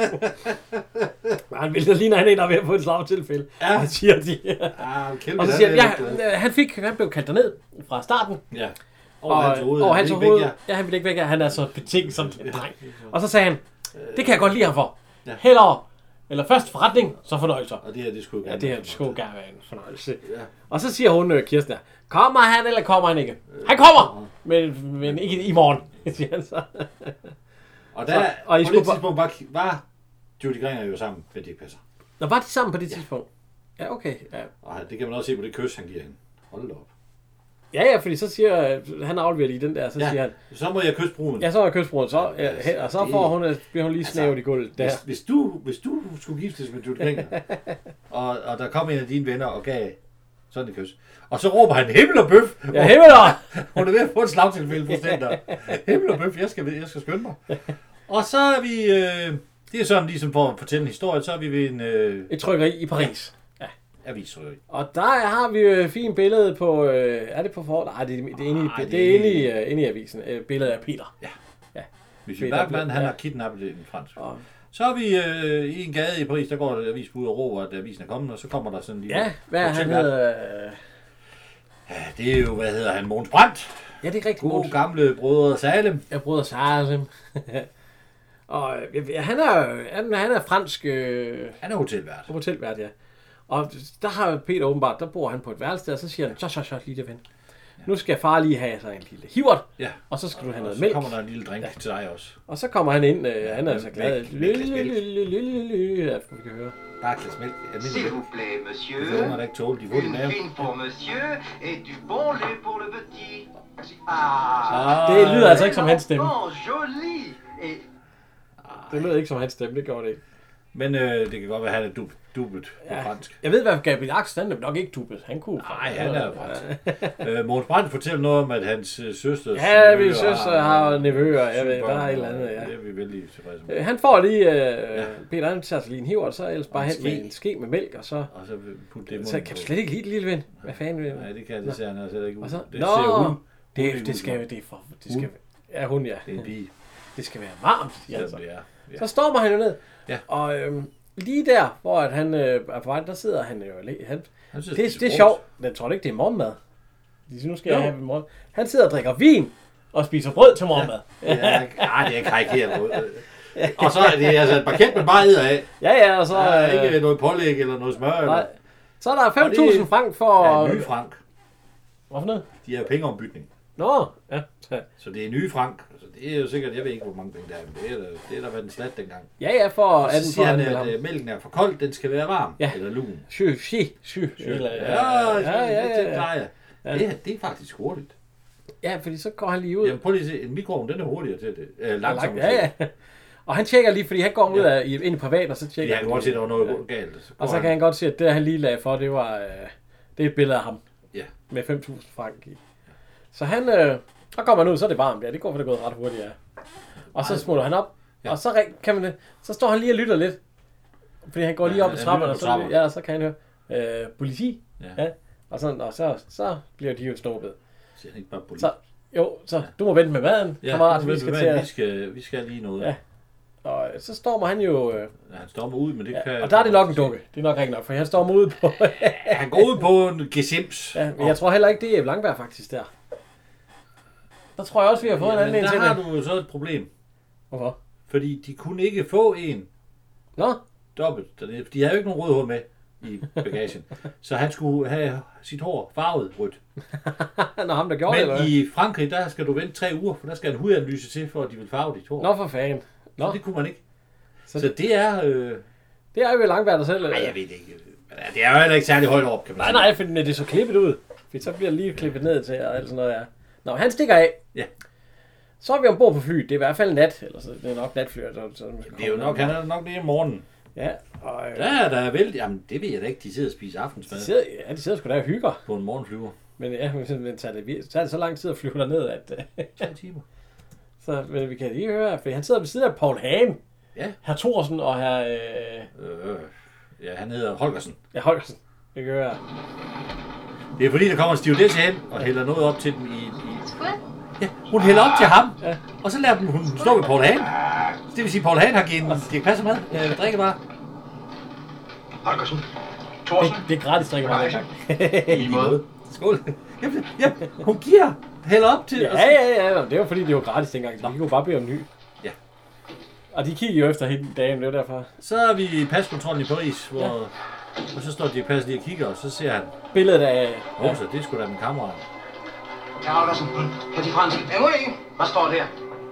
Han ville da ligne, han er der ved at få et slagtilfælde. Ja. Og siger de. Og så siger han, han blev kaldt derned fra starten. Ja. Og hans hoved. Ja, han ville ikke væk. Han er så betingsom som en dreng. Og så sagde han, det kan jeg godt lide ham for. Hellere, eller først forretning, så fornøjelser. Og det her, det skulle gerne, det her, det skulle gerne være en fornøjelse. Ja. Og så siger hun, Kirsten, kommer han, eller kommer han ikke? Han kommer! Men ikke i morgen, siger han så. Og der, på det tidspunkt var Judy Kringer jo sammen med Dirch Passer. Nå, var de sammen på det tidspunkt? Ja, okay. Ja. Og det kan man også se på det kys, han giver hende. Hold da op. Ja, fordi så siger han afleverer lige den der, så siger han... så må jeg kysse bruden. Ja, så er jeg kysse bruden, og så får hun, bliver hun lige snævet i gulvet der. Hvis du skulle giftes med Judy Kringer, og der kom en af dine venner og gav sådan et kys, og så råber han, himmel og bøf! Ja, himmel og! Hun er ved at få et slagtilfælde fuldstændig. Himmel og bøf, jeg skal skynde mig. Og så er vi... det er sådan ligesom for at fortælle en historie, så er vi ved en... et trykkeri i Paris. Ja. Avisrøg. Og der har vi et fint billede på... er det på for? Nej, det er inde i avisen. Billedet af Peter. Ja. Hvis vi Bergman, han har kidnappet en fransk. Så er vi i en gade i Paris, der går et avisbud og råber, at avisen er kommet, og så kommer der sådan en lille... Ja, hvad er han hedder... det er jo, hvad hedder han, Mogens Brandt. Ja, det er rigtigt. Gode gamle brødre Salem. Ja, brødre Salem. Og han er fransk... han er hotelvært. Hotelvært, ja. Og der har Peter åbenbart, der bor han på et værelse der, og så siger han, så lille ven. Nu skal far lige have sig en lille hivert, og så skal du have noget mælk. Så kommer der en lille drink til dig også. Og så kommer han ind, han er så glad. Ja, vi kan høre. Bare et glas mælk. S'il vous plaît, monsieur. De unger, der ikke tåle, de får det Une fine pour monsieur, et du bon lait pour le petit. Det lyder altså ikke som hans stemme. Joli. Det lyder ikke som hans stemme, det gør det ikke. Men det kan godt være, at han er dubbelt på fransk. Jeg ved, hvad Gabriel Axel er nok ikke dubbelt. Han kunne... Nej, han er fransk. Mogens Brandt fortæller noget om, at hans søster... Ja, min søster har nevøer. Jeg ved, der er et eller andet, ja. Det er vi vældig tilfredse med. Han får lige... Peter, han tager sig lige en hiver, og så ellers bare hen med en ske med mælk, og så... Og så putte det i munden. Så kan du slet ikke lide det, lille ven. Hvad fanden vil Nej, det kan det ser han altså ikke ud. Og så... Det ser hun. Det skal... Ja, hun, ja. Det er en pige. Det skal være varmt, altså. Det er. Ja. Så stormer han jo ned. Ja. Og lige der, hvor at han er på vej, der sidder han jo... Det er sjovt. Jeg tror ikke, det er morgenmad. Nu skal jeg have morgen. Han sidder og drikker vin og spiser brød til morgenmad. Ja, det er karikeret. Og så er det altså et paket, man bare æder af. Ja, og så... ikke noget pålæg eller noget smør. Nej. Så er der 5.000 frank for... Ja, nye frank. Hvorfor noget? De har pengeombytning. Nå, ja. Så det er nye frank. Altså, det er jo sikkert, jeg ved ikke, hvor mange penge der er. Det er der været en slat dengang. Ja, for... Og så siger han, at mælken er for kold, den skal være varm. Ja. Eller lun. Syg. Ja, det plejer jeg. Det er faktisk hurtigt. Ja, fordi så går han lige ud. Jamen prøv lige at se, en mikroovn, den er hurtigere til det. Langsomt. Ja. Og han tjekker lige, fordi han går ud ind i privat, og så tjekker han. Ja, han kan godt se, at der var noget galt. Og så kan han godt se, at det, han lige lagde for, det var det er et billede af ham. Ja. Med 5.000 frank i. Så han, så kommer han ud, så er det varmt. Ja, det går, for det er gået ret hurtigt, ja. Og så smutter han op, og så kan man så står han lige og lytter lidt. Fordi han går lige op i trapperne, og så kan han høre politi. Ja. Og så bliver de jo snuppet. Så han ikke bare politi. Så du må vente med maden, kammerat. Vi skal lige noget. Ja. Og så stormer han jo... han stormer ud, men det kan... Og der er det nok en dukke. Det er nok ikke nok, for han stormer ud på... han går ud på en gesims. Ja, men jeg tror heller ikke, det er Langberg faktisk der. Der tror jeg også, vi har fået en anden en til der har du jo så et problem. Hvorfor? Fordi de kunne ikke få en dobbelt. De havde jo ikke nogen rød hår med i bagagen. Så han skulle have sit hår farvet rødt. Nå, ham der gjorde det, men i Frankrig, der skal du vente 3 uger, for der skal en hudanalyse til, for at de vil farve dit hår. Nå, for fanden. Så det kunne man ikke. Så det er... Det er jo Langberg der selv. Nej, jeg ved det ikke. Det er jo heller ikke særlig højt op, kan man sige. Nej, for det er så klippet ud. For så bliver det lige klippet ned til, og alt sådan noget, ja. Nå, han stikker af. Ja. Så er vi ombord på flyet. Det er i hvert fald nat, eller så det er nok natfly. Så det er jo nok, han er nok lige om morgenen. Ja, og... Der er vel... Jamen, det ved jeg da ikke. De sidder og spiser aftensmad. De sidder sgu da og hygger. På en morgenflyver. Men ja, men tager det så lang tid at flyve derned, at... 3 timer. Så vi kan lige høre, for han sidder ved siden af Paul Hahn. Ja. Hr. Thorsen og hr... ja, han hedder Holgersen. Ja, Holgersen. Vi kan høre. Det er fordi, der kommer en stewardesse hen og hælder noget op til dem i... Ja, hun hælder op til ham, og så lader hun stå ved Paul Hahn. Det vil sige, at Paul Hahn har givet en Dirch Passer med drikkevarer. Holgersen. Thorsen. Det er gratis drikkevarer. I lige måde. Skål. Ja, hun hælder op til... Ja. Det var fordi, det var gratis dengang. Så vi kunne bare bede om ny. Ja. Og de kigger jo efter hele dagen, det var derfor. Så er vi i paskontrollen i Paris, hvor... Og så står Dirch Passer lige og kigger, og så ser han... Billedet af... Så det er sgu da min kammerat. Ja, Holgersen. Kan de franske? Hvad står der?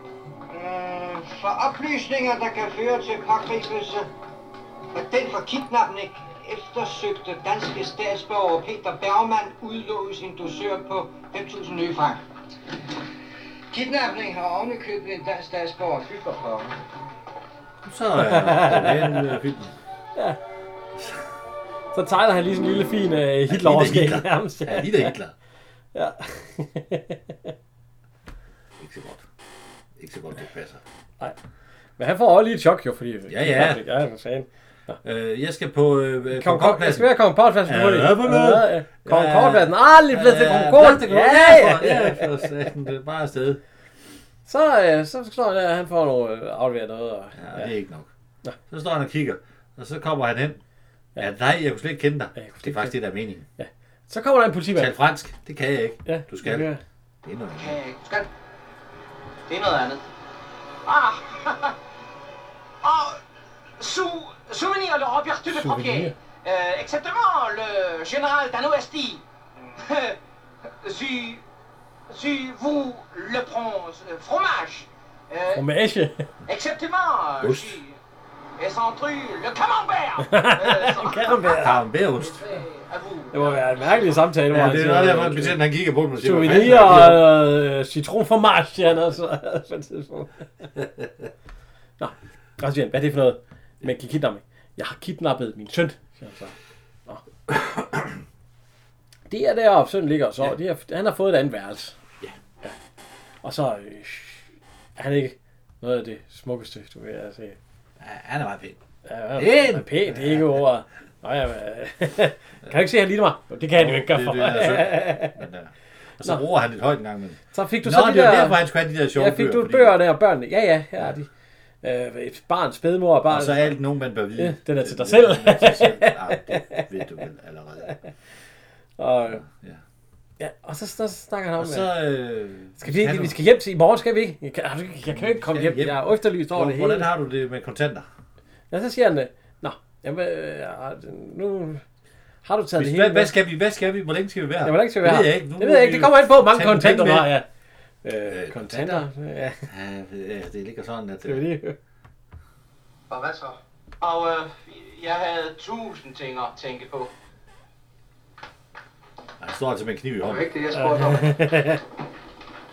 For oplysninger, der kan føre til pågribelse af den for kidnapning eftersøgte danske statsborger Peter Bergmann udloves en dosør på 5.000 nye frank. Kidnapning har ovenikøbet en dansk statsborger fyldt for. Så er han ud af filmen. Ja. Så tegner han lige sådan en lille fin Hitler-overskæg nærmest. Ja, lige Hitler. Ja. Ikke så godt. Ikke så godt, det passer. Nej. Men han får også lige et chok, jo, fordi... Ja. Ja, for sagen. Jeg skal på Concordpladsen. Jeg skal være Concordpladsen. Ja, for noget. Concordpladsen. Lige blevet til Concorde. Ja, for satan. Det er bare afsted. Så står han der, han får noget afleveret noget. Ja, det er ikke nok. Så står han og kigger, og så kommer han hen. Ja, nej, jeg kunne slet ikke kende dig. Det er faktisk det, der er meningen. Ja. Så kommer der en politimand. Tal fransk, det kan jeg ikke. Ja, du skal. Det er noget andet. Du skal. Det er noget andet. Souvenir de Roberto de Poquier. Exactement, le général d'Anoesti. Si vous le prends fromage. Fromage. Exactement. Essentry, le camembert. Camembertost. Det må være en mærkelig samtale. Ja, det er noget derfor, betjenten han kigger på den og siger, souvenir og citronfromage, han også. Nå, Christian, hvad er det for noget med kidnapping? Jeg har kidnappet min søn, siger han så. Nå. Det er deroppe, sønnen ligger så. Ja. Han har fået et andet værelse. Ja. Og så er han ikke noget af det smukkeste, du vil sige. Ja, han er meget pæn. Ja, han er pæn, det er ikke ordet. Nå ja, kan du ikke se, at han ligner mig? Det kan han jo ikke gøre for. Og så roer han lidt højt en gang. Men... Så fik du Nå, så de det er der... derfor, han skulle have de der sjove bøger. Ja, fik du bøger der og børnene? Ja, her er de. Et barn, spædmor og barn. Og så er alt nogen, man bør vide. Ja, den er til dig selv. Nej, det ved du vel allerede. Og, ja, og så snakker han om, og så, vi skal hjem til i morgen, skal vi ikke? Jeg kan jo ikke komme hjem. Jeg er efterlyst over det hele. Hvordan har du det med kontanter? Ja, så siger han, jamen, nu har du taget det hele. Hvad skal vi? Hvor længe skal vi være? Ja, hvor længe skal vi være? Det ved jeg ikke. Det ved jeg ikke. Det kommer an på, hvor mange kontanter du har, ja. Kontanter? Ja. Det ligger sådan, at... Det vil lige høre. Og hvad så? Og jeg havde 1000 ting at tænke på. Han står altså med en kniv i hånden. Det var ikke det, jeg spurgte om.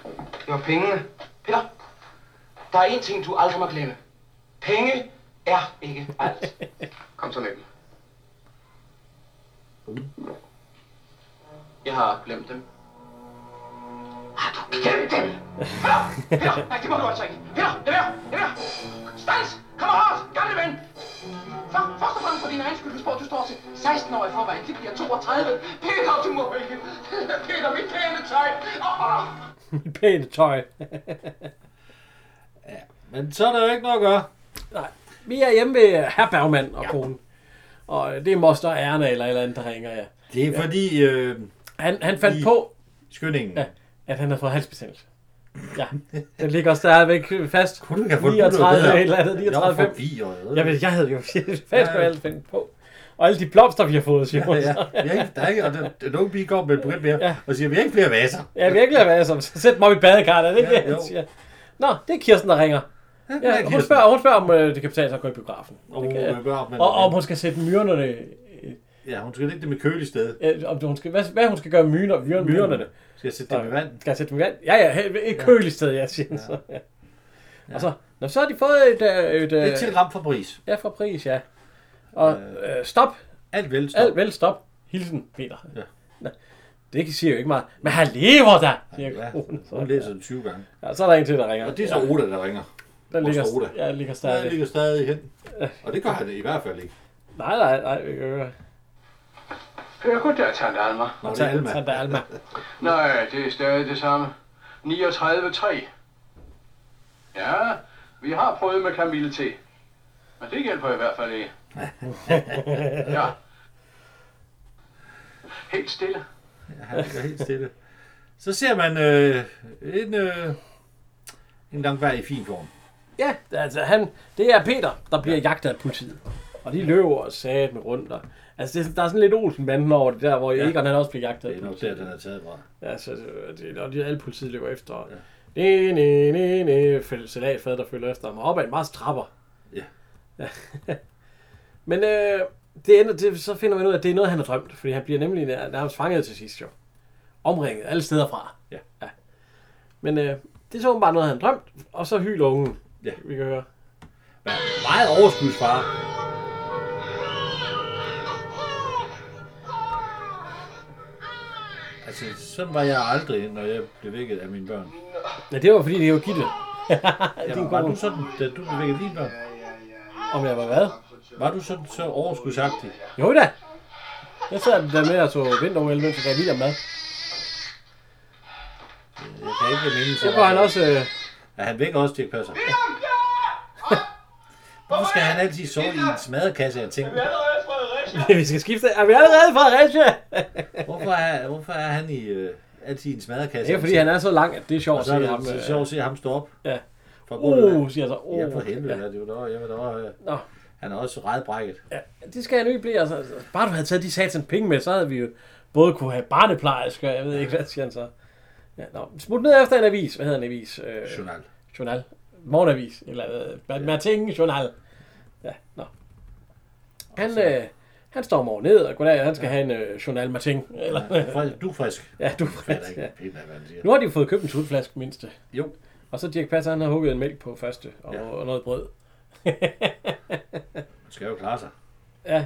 Det var pengene. Peter, der er en ting, du aldrig må glemme. Penge er ikke alt. Kom så med dem. Jeg har glemt dem. Har du glemt dem? Peter, nej, det må du altså ikke. Peter, lad være. Stans, kammerat, gamle ven. Først og fremmest for din egen skyld, hvis du står til 16 år i forvejen, det bliver 32. Peter, du må ikke. Peter, mit pæne tøj. Mit pæne tøj. Ja, men så er der jo ikke noget at gøre. Nej, vi er hjemme ved hr. Bergman og konen. Og det er moster Erna eller andet, der ringer, ja. Det er fordi... Han faldt på, Skyndingen. ja, at han har fået halsbetændelse. Ja, den ligger stadigvæk fast. Kunne du ikke have fået 39 eller andet, 39, 5. Jeg havde jo fast på alt finde på. Og alle de blomster, vi har fået, siger hun. Ja. Der er ikke, og nogle pige går med et bryg mere, og siger, vi har ikke flere vaser. Ja, virkelig er hvad så. Sæt mig op i badekart, er det ikke det, han siger? Nå, det er Kirsten, der ringer. Ja, hun spørger, om det kan betale sig at gå i biografen. Og om hun skal sætte myrerne... Ja, hun skal lægge dem i køligt sted. Om hun skal, hvad hun skal gøre med myrerne. Skal jeg sætte dem i vand? Skal jeg sætte dem i vand? Ja, et køligt sted, jeg siger så. Ja. Og så har de fået et telegram fra Paris. Ja, fra Paris, ja. Og stop. Alt vel, stop. Alt vel, stop. Hilsen, Peter. Ja. Nå, det siger jo ikke meget. Men han lever der, siger konen. Hun læser det 20 gange. Ja, så er der en til, der ringer. Og det er så Oda, der ringer. Den ligger stadig. Den ligger stadig hen. Og det gør han i hvert fald ikke. Nej. Hør goddag, Tante Alma. Nå, det er Alma. Tante Alma. Nej, det er stadig det samme. 39,3. Ja, vi har prøvet med Camille T. Men det hjælper i hvert fald ikke. Ja. Helt stille. Ja, han ligger helt stille. Så ser man en langvej i fin form. Ja, altså det er Peter, der bliver jagtet af politiet. Og de løber og sat med rundt. Og, altså der er sådan lidt Olsen-banden over det der, hvor Egon han også bliver jagtet af politiet. Det er nok der, den er taget fra. Ja, så alle politiet løber efter. Ja. Salatfad, der følger efter ham. Og op ad en masse trapper. Ja. Men så finder man ud af, at det er noget, han har drømt. Fordi han bliver nemlig nærmest fanget til sidst jo. Omringet alle steder fra. Ja. Men det er så bare noget, han drømt. Og så hyler ungen. Ja. Vi kan høre. Meget overskudsfar. Altså, sådan var jeg aldrig, når jeg blev vækket af mine børn. Ja, det var fordi, det var Gitte. Var du sådan, da du blev vækket dine børn? Om jeg var hvad? Var du sådan så overskudsagtig? Jo da. Jeg sad der med at så vinter-OL, mens jeg gav William mad. Jeg kan ikke mindes. Så var han også... Ja, han vækker også Dirch Passer. Hvorfor skal han altid sove i en smadrekasse, jeg tænker? Vi skal skifte. Er vi allerede Fredericia? Hvorfor er han altid i en smadrekasse? Det er fordi, han er så lang, at det er sjovt at se ham. Det er sjovt at se ham stå op. Ja. Siger så. Ja, for helvede. Ja. Det var han er også rædbrækket. Ja, det skal han jo ikke blive. Altså, bare du havde taget de satans penge med, så havde vi jo både kunne have barneplejersker, jeg ved ikke, hvad siger han så. Ja, smut ned efter en avis. Hvad hedder en avis? Journal. Morgenavis. Eller Martin Journal. Ja, Han står morgen ned, og goddag, han skal have en Journal Martin. Eller... Du er frisk. Ja, du er frisk. Ja. Nu har de jo fået købt en sultflaske mindste. Jo. Og så Dirch Passer, han har hugget en mælk på første, og noget brød. Man skal jo klare sig. Ja.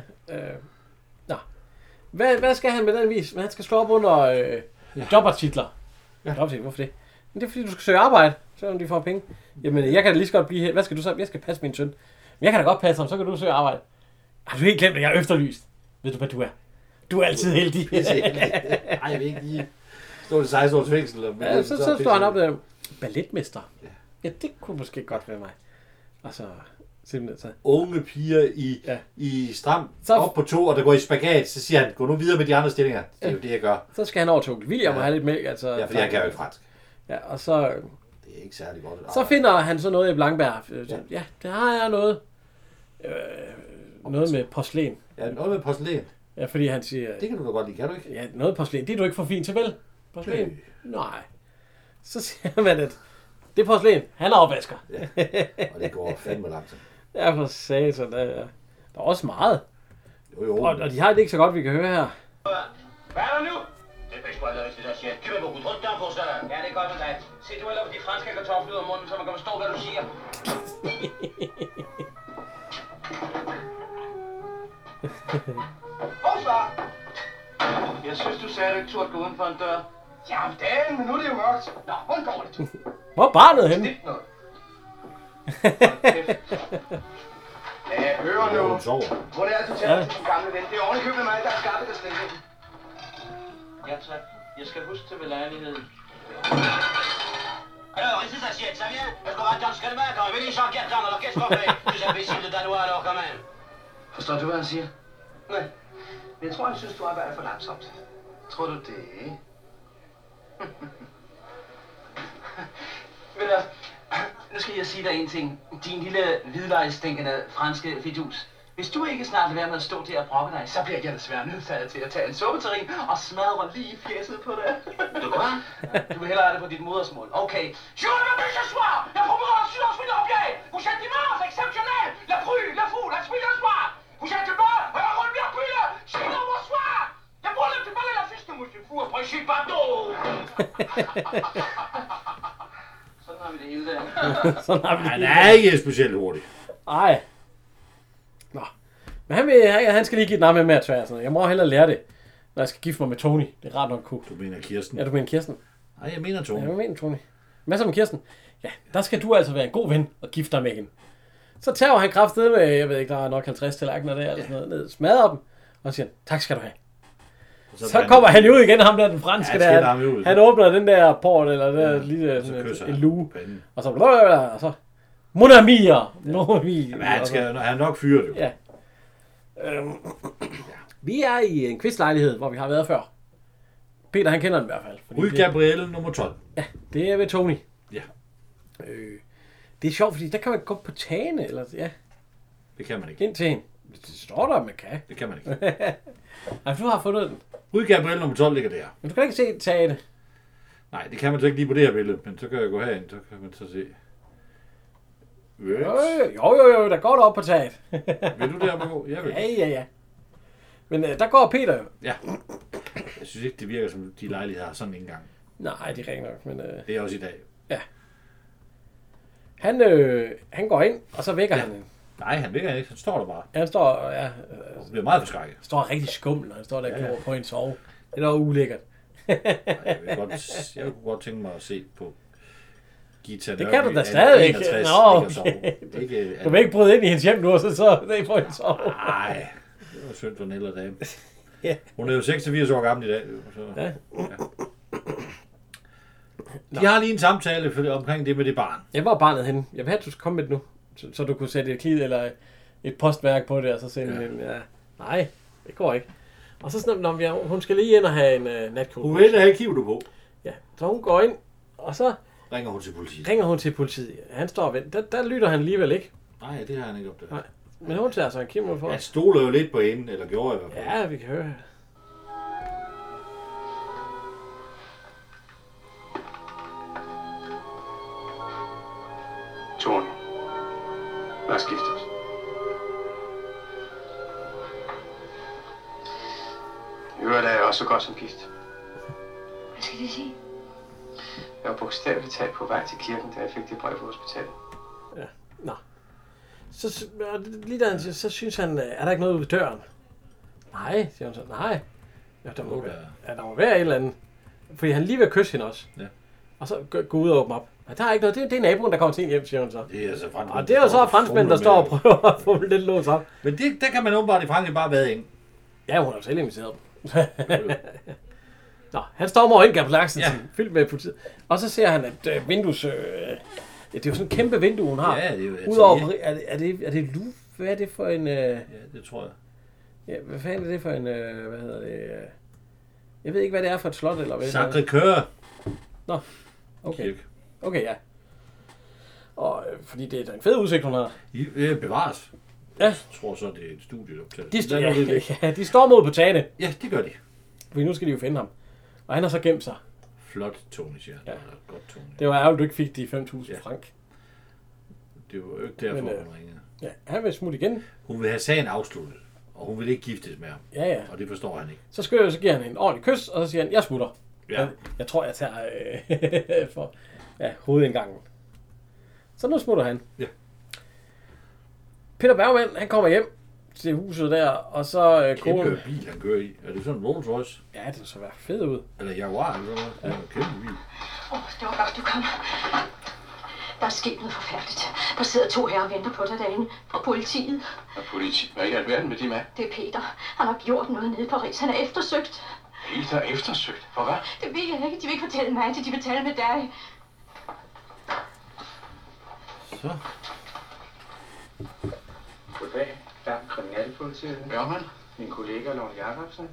Hvad skal han med den vis? Han skal slå op under jobartikler. Ja. Hvorfor det? Men det er fordi, du skal søge arbejde, selvom de får penge. Jamen, jeg kan da lige så godt blive her. Hvad skal du så? Jeg skal passe min søn. Men jeg kan da godt passe ham, så kan du søge arbejde. Har du helt glemt, at jeg er efterlyst? Ved du, hvad du er? Du er altid heldig. Nej, jeg vil ikke lige stå i 16 års fængsel. Ja, så står han op med balletmester. Ja, det kunne måske godt være mig. Og så simpelthen så... Unge piger i stram op på 2, og der går i spagat, så siger han, gå nu videre med de andre stillinger. Det er jo det, jeg gør. Så skal han over til William og have lidt mælk. Altså, ja, fordi jeg kan jo ikke fransk. Ja, og så... Det er ikke særlig godt. Så finder han så noget i Blankberg. Ja, det har jeg noget. Noget med porcelæn. Ja, noget med porcelæn. Ja, fordi han siger... Det kan du da godt lide, kan du ikke? Ja, noget porcelæn. Det er du ikke for fint til, vel? Porcelæn? Nej. Så siger man, at det er porcelæn. Han er opvasker. Ja, og det går fandme langsomt. Ja, for satan. Der er også meget. Jo. Og de har det ikke så godt, vi kan høre her. Hvad er der nu? C'est pas quoi, c'est la chienne. Tu vas beaucoup trop de temps cousin. Ja, det er godt med dig. Se, du har lavet de franske kartofler ud af munden, så man kan forstå, hvad du siger. Bonsoir. Jeg synes, du sagde, at du ikke turde gå uden for en dør. Ja, om dagen, men nu er det jo mørkt. Nå, hvordan går det? Hvor er barnet henne? Snit noget. Ja, jeg hører nu. Hvor er det altid til at din gamle ven? Det er ovenikøbet mig, der er skaffet dig slet ikke. Ja, tak. Jeg skal huske til belejligheden. Alors, ici ça sied, ça vient? Est-ce qu'on va attendre jusqu'à demain quand venez sans guerre alors qu'est-ce qu'on fait? Ces imbéciles de Danois alors quand même. Forstår du, hvad han siger? Nej. Men jeg tror, han synes, du arbejder for langsomt. Tror du det? Men nu skal jeg sige dig en ting. Din lille hvidvejsstænkende franske fidus. Hvis du ikke snart vil være med at stå der og brokke dig, så bliver jeg desværre nødsaget til at tage en suppeterrin og smadre lige i fjeset på dig. De quoi? Du vil hellere have det på dit modersmål. Okay. Je ne veux plus ce soir! La promenade en silence mit opjag! Vous êtes immense, exceptionnel! La brûle, la foule, la suite, la soir! Vous êtes bas, og jeg ruller mere pyle! Sinon, bonsoir! Jeg bruger lidt til ballet la fiske, monsieur fou, og principe bateau! Sådan har vi det hele der. Sådan har vi Han det. er ikke specielt hurtig. Ej. Nå. Men han skal lige give den af med at tvære. Sådan. Jeg må hellere lære det, når jeg skal gifte mig med Tony. Det er ret nok cool. Du mener Kirsten? Ja, du mener Kirsten? Nej, jeg mener Tony. Ja, jeg mener Tony. Hvad så med Kirsten? Ja, der skal du altså være en god ven og gifte dig med hende. Så tager han kraftedet med, jeg ved ikke, der er nok 50 tallerkener der, eller sådan noget, ned, smadrer dem, og siger, tak skal du have. Så kommer han jo ud igen, ham der, den franske der. Han åbner den der port, eller der lille en luge, og så mon ami, han nok fyret jo. Ja. Vi er i en quizlejlighed, hvor vi har været før. Peter, han kender den i hvert fald. Rue Gabrielle nummer 12. Ja, det er ved Tony. Ja. Det er sjovt, fordi der kan man gå på tagene, eller ja. Det kan man ikke. Ind til hende. Det står der, man kan. Det kan man ikke. Nej, du har fundet den. Rue Gabrielle nummer 12 ligger der. Men du kan ikke se tagene. Nej, det kan man så ikke lige på det her billede, men så kan jeg gå herind, så kan man så se. Jo, der går der op på taget. Vil du der, Marco? Jeg vil. Ja. Men der går Peter jo. Ja. Jeg synes ikke, det virker som de lejligheder har sådan en gang. Nej, det er rigtig nok, men... Det er også i dag. Ja. Han går ind, og så vækker han hende. Nej, han vækker ikke. Han står der bare. Han står, ja... Han bliver meget forskrækket. Står rigtig skummel, når han står der og på en sove. Det er da ulækkert. Jeg kunne godt tænke mig at se på Gita. Det kan du da stadig ikke. Nå, okay. Du vil ikke bryde ind i hendes hjem nu, og så det er på en sove. Nej, det var synd for en ældre dame. Hun er jo 86 år gammel i dag. Så, ja. De har lige en samtale omkring det med det barn. Jeg var barnet henne. Jeg vil have, at du skal komme med det nu. Så du kunne sætte et klid eller et postværk på det, og så sende en... Ja. Nej, det går ikke. Og så sådan, hun skal lige ind og have en natkjole. Hun vil ind og have kiver du på. Ja, så hun går ind, og så... Ringer hun til politiet. Han står og venter. Der lytter han alligevel ikke. Nej, det har han ikke opdaget. Nej, men hun tager så en kimono for. Han stoler jo lidt på hende, eller gjorde i hvert fald. Ja, vi kan høre. Tony, lad os gifte os. I øvrigt er jeg også så godt som gift. Hvad skal det sige? Jeg var bogstaveligt talt på vej til kirken, da jeg fik det brev på hospitalet. Ja, nå. Så lige da han siger, så synes han, er der ikke noget ude ved døren? Nej, siger hun så. Nej. Ja, der må være et eller andet. Fordi han lige vil kysse hende også. Ja. Og så gå ud og åbne op. Ja, der er ikke noget. Det er naboen, der kommer til en hjem, siger hun så. Det er altså franskmænd. Og det er jo så franskmænd, der står og prøver at få lidt lås op. Men der kan man åbenbart i Frankrig bare være ind. Ja, hun har jo selv inviteret dem. Nå, han stormer ind, Gabriel Axelsen, fyldt med politiet. Og så ser han, at vindues... det er jo sådan en kæmpe vindue, hun har. Ja, det er jo... Udover, er det lu? Hvad er det for en... Ja, det tror jeg. Ja, hvad fanden er det for en... hvad hedder det? Jeg ved ikke, hvad det er for et slot, eller hvad. Sacré-Cœur. Nå, okay. Okay, ja. Og fordi det er en fed udsigt, hun har. Det bevares. Ja. Jeg tror så, det er et studieoptagelse. De står mod på tagene. Ja, det gør de. Fordi nu skal de jo finde ham. Og han har så gemt sig. Flot, Tony, siger han. Ja. Godt, Tony. Det var ærgerligt, du ikke fik de 5.000 frank. Det var jo ikke derfor, hun ringede. Ja, han vil smutte igen. Hun vil have sagen afsluttet, og hun vil ikke giftes med ham. Ja. Og det forstår han ikke. Så giver han en ordentlig kys, og så siger han, jeg smutter. Ja. Jeg tror, jeg tager for hovedindgangen. Så nu smutter han. Ja. Peter Bergman, han kommer hjem til huset der, og så Kæmpe konen... bil, han kører i. Er det sådan en Rolls Royce? Ja, det så være fed ud. Eller Jaguar, eller sådan noget? Ja, en kæmpe bil. Det var godt, du kom. Der er sket noget forfærdeligt. Der sidder 2 herrer og venter på dig derinde fra politiet. Og politi? Hvad i alverden med de mand? Det er Peter. Han har gjort noget nede i Paris. Han er eftersøgt. Peter eftersøgt? For hvad? Det ved jeg ikke. De vil ikke fortælle mig, at de vil tale med dig. Så. Goddag. Der er kriminalpolitiet. Bergman? Min kollega Lone Jacobsen.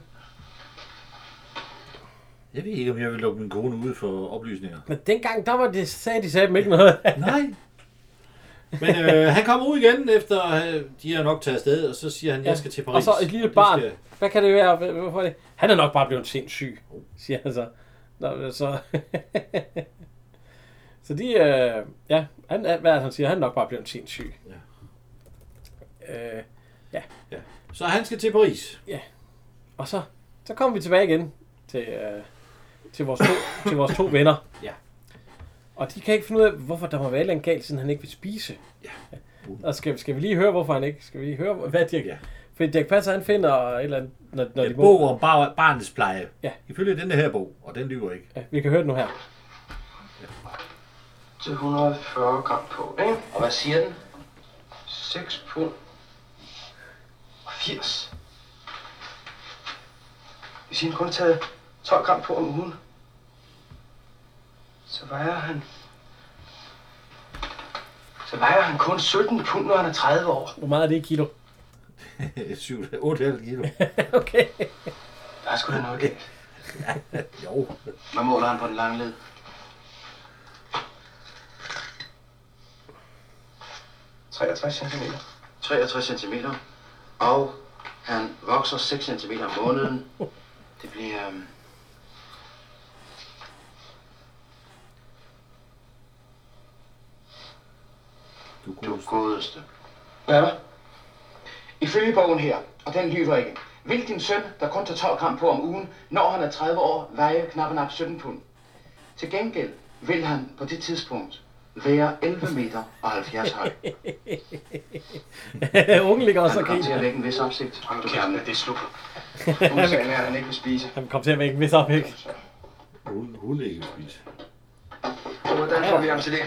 Jeg ved ikke, om jeg vil lukke min kone ude for oplysninger. Men dengang, der var det, sagde de dem ikke noget. Nej. Men han kommer ud igen, efter de har nok taget afsted, og så siger han, jeg skal til Paris. Og så et lille barn. Hvad kan det være? Hvorfor er det? Han er nok bare blevet sindssyg, siger han så. Nå, så... så de... hvad er det, han siger? Han er nok bare blevet sindssyg. Ja. Så han skal til Paris. Ja. Og så kommer vi tilbage igen til vores to venner. Ja. Og de kan ikke finde ud af, hvorfor der må være noget galt, siden han ikke vil spise. Ja. Og skal vi lige høre, hvorfor han ikke... Skal vi lige høre, hvad Dirk... Ja. Fordi Dirk Passer, han finder et eller andet... Når de bog om barnets pleje. Ja. Ifølge denne her bog, og den lyver ikke. Ja, vi kan høre det nu her. Til 140 gram på, ikke? Og hvad siger den? 6 pund. Og 80. Hvis han kun taget 12 gram på om ugen, så vejer han kun 17 pund, når han er 30 år. Hvor meget er det i kilo? 8,5 kilo. Okay. Der er sgu da noget galt. Jo. Hvad måler han på den lange led? 63 cm. 63 cm. Og han vokser 6 cm om måneden. Det bliver... Du godeste. Hvad? Ifølge bogen her, og den lyver ikke, vil din søn, der kun tager 12 gram på om ugen, når han er 30 år, veje knap 17 pund. Til gengæld vil han på det tidspunkt være 11 meter og 70 høj. Ungen ligger også og Han kommer til at griner. vække en vis opsigt. Du kan det er slut. Hun sagde, at han ikke vil spise. Han kommer til at vække en vis opvægt. Hun ikke spise. Hvordan får vi ham til det?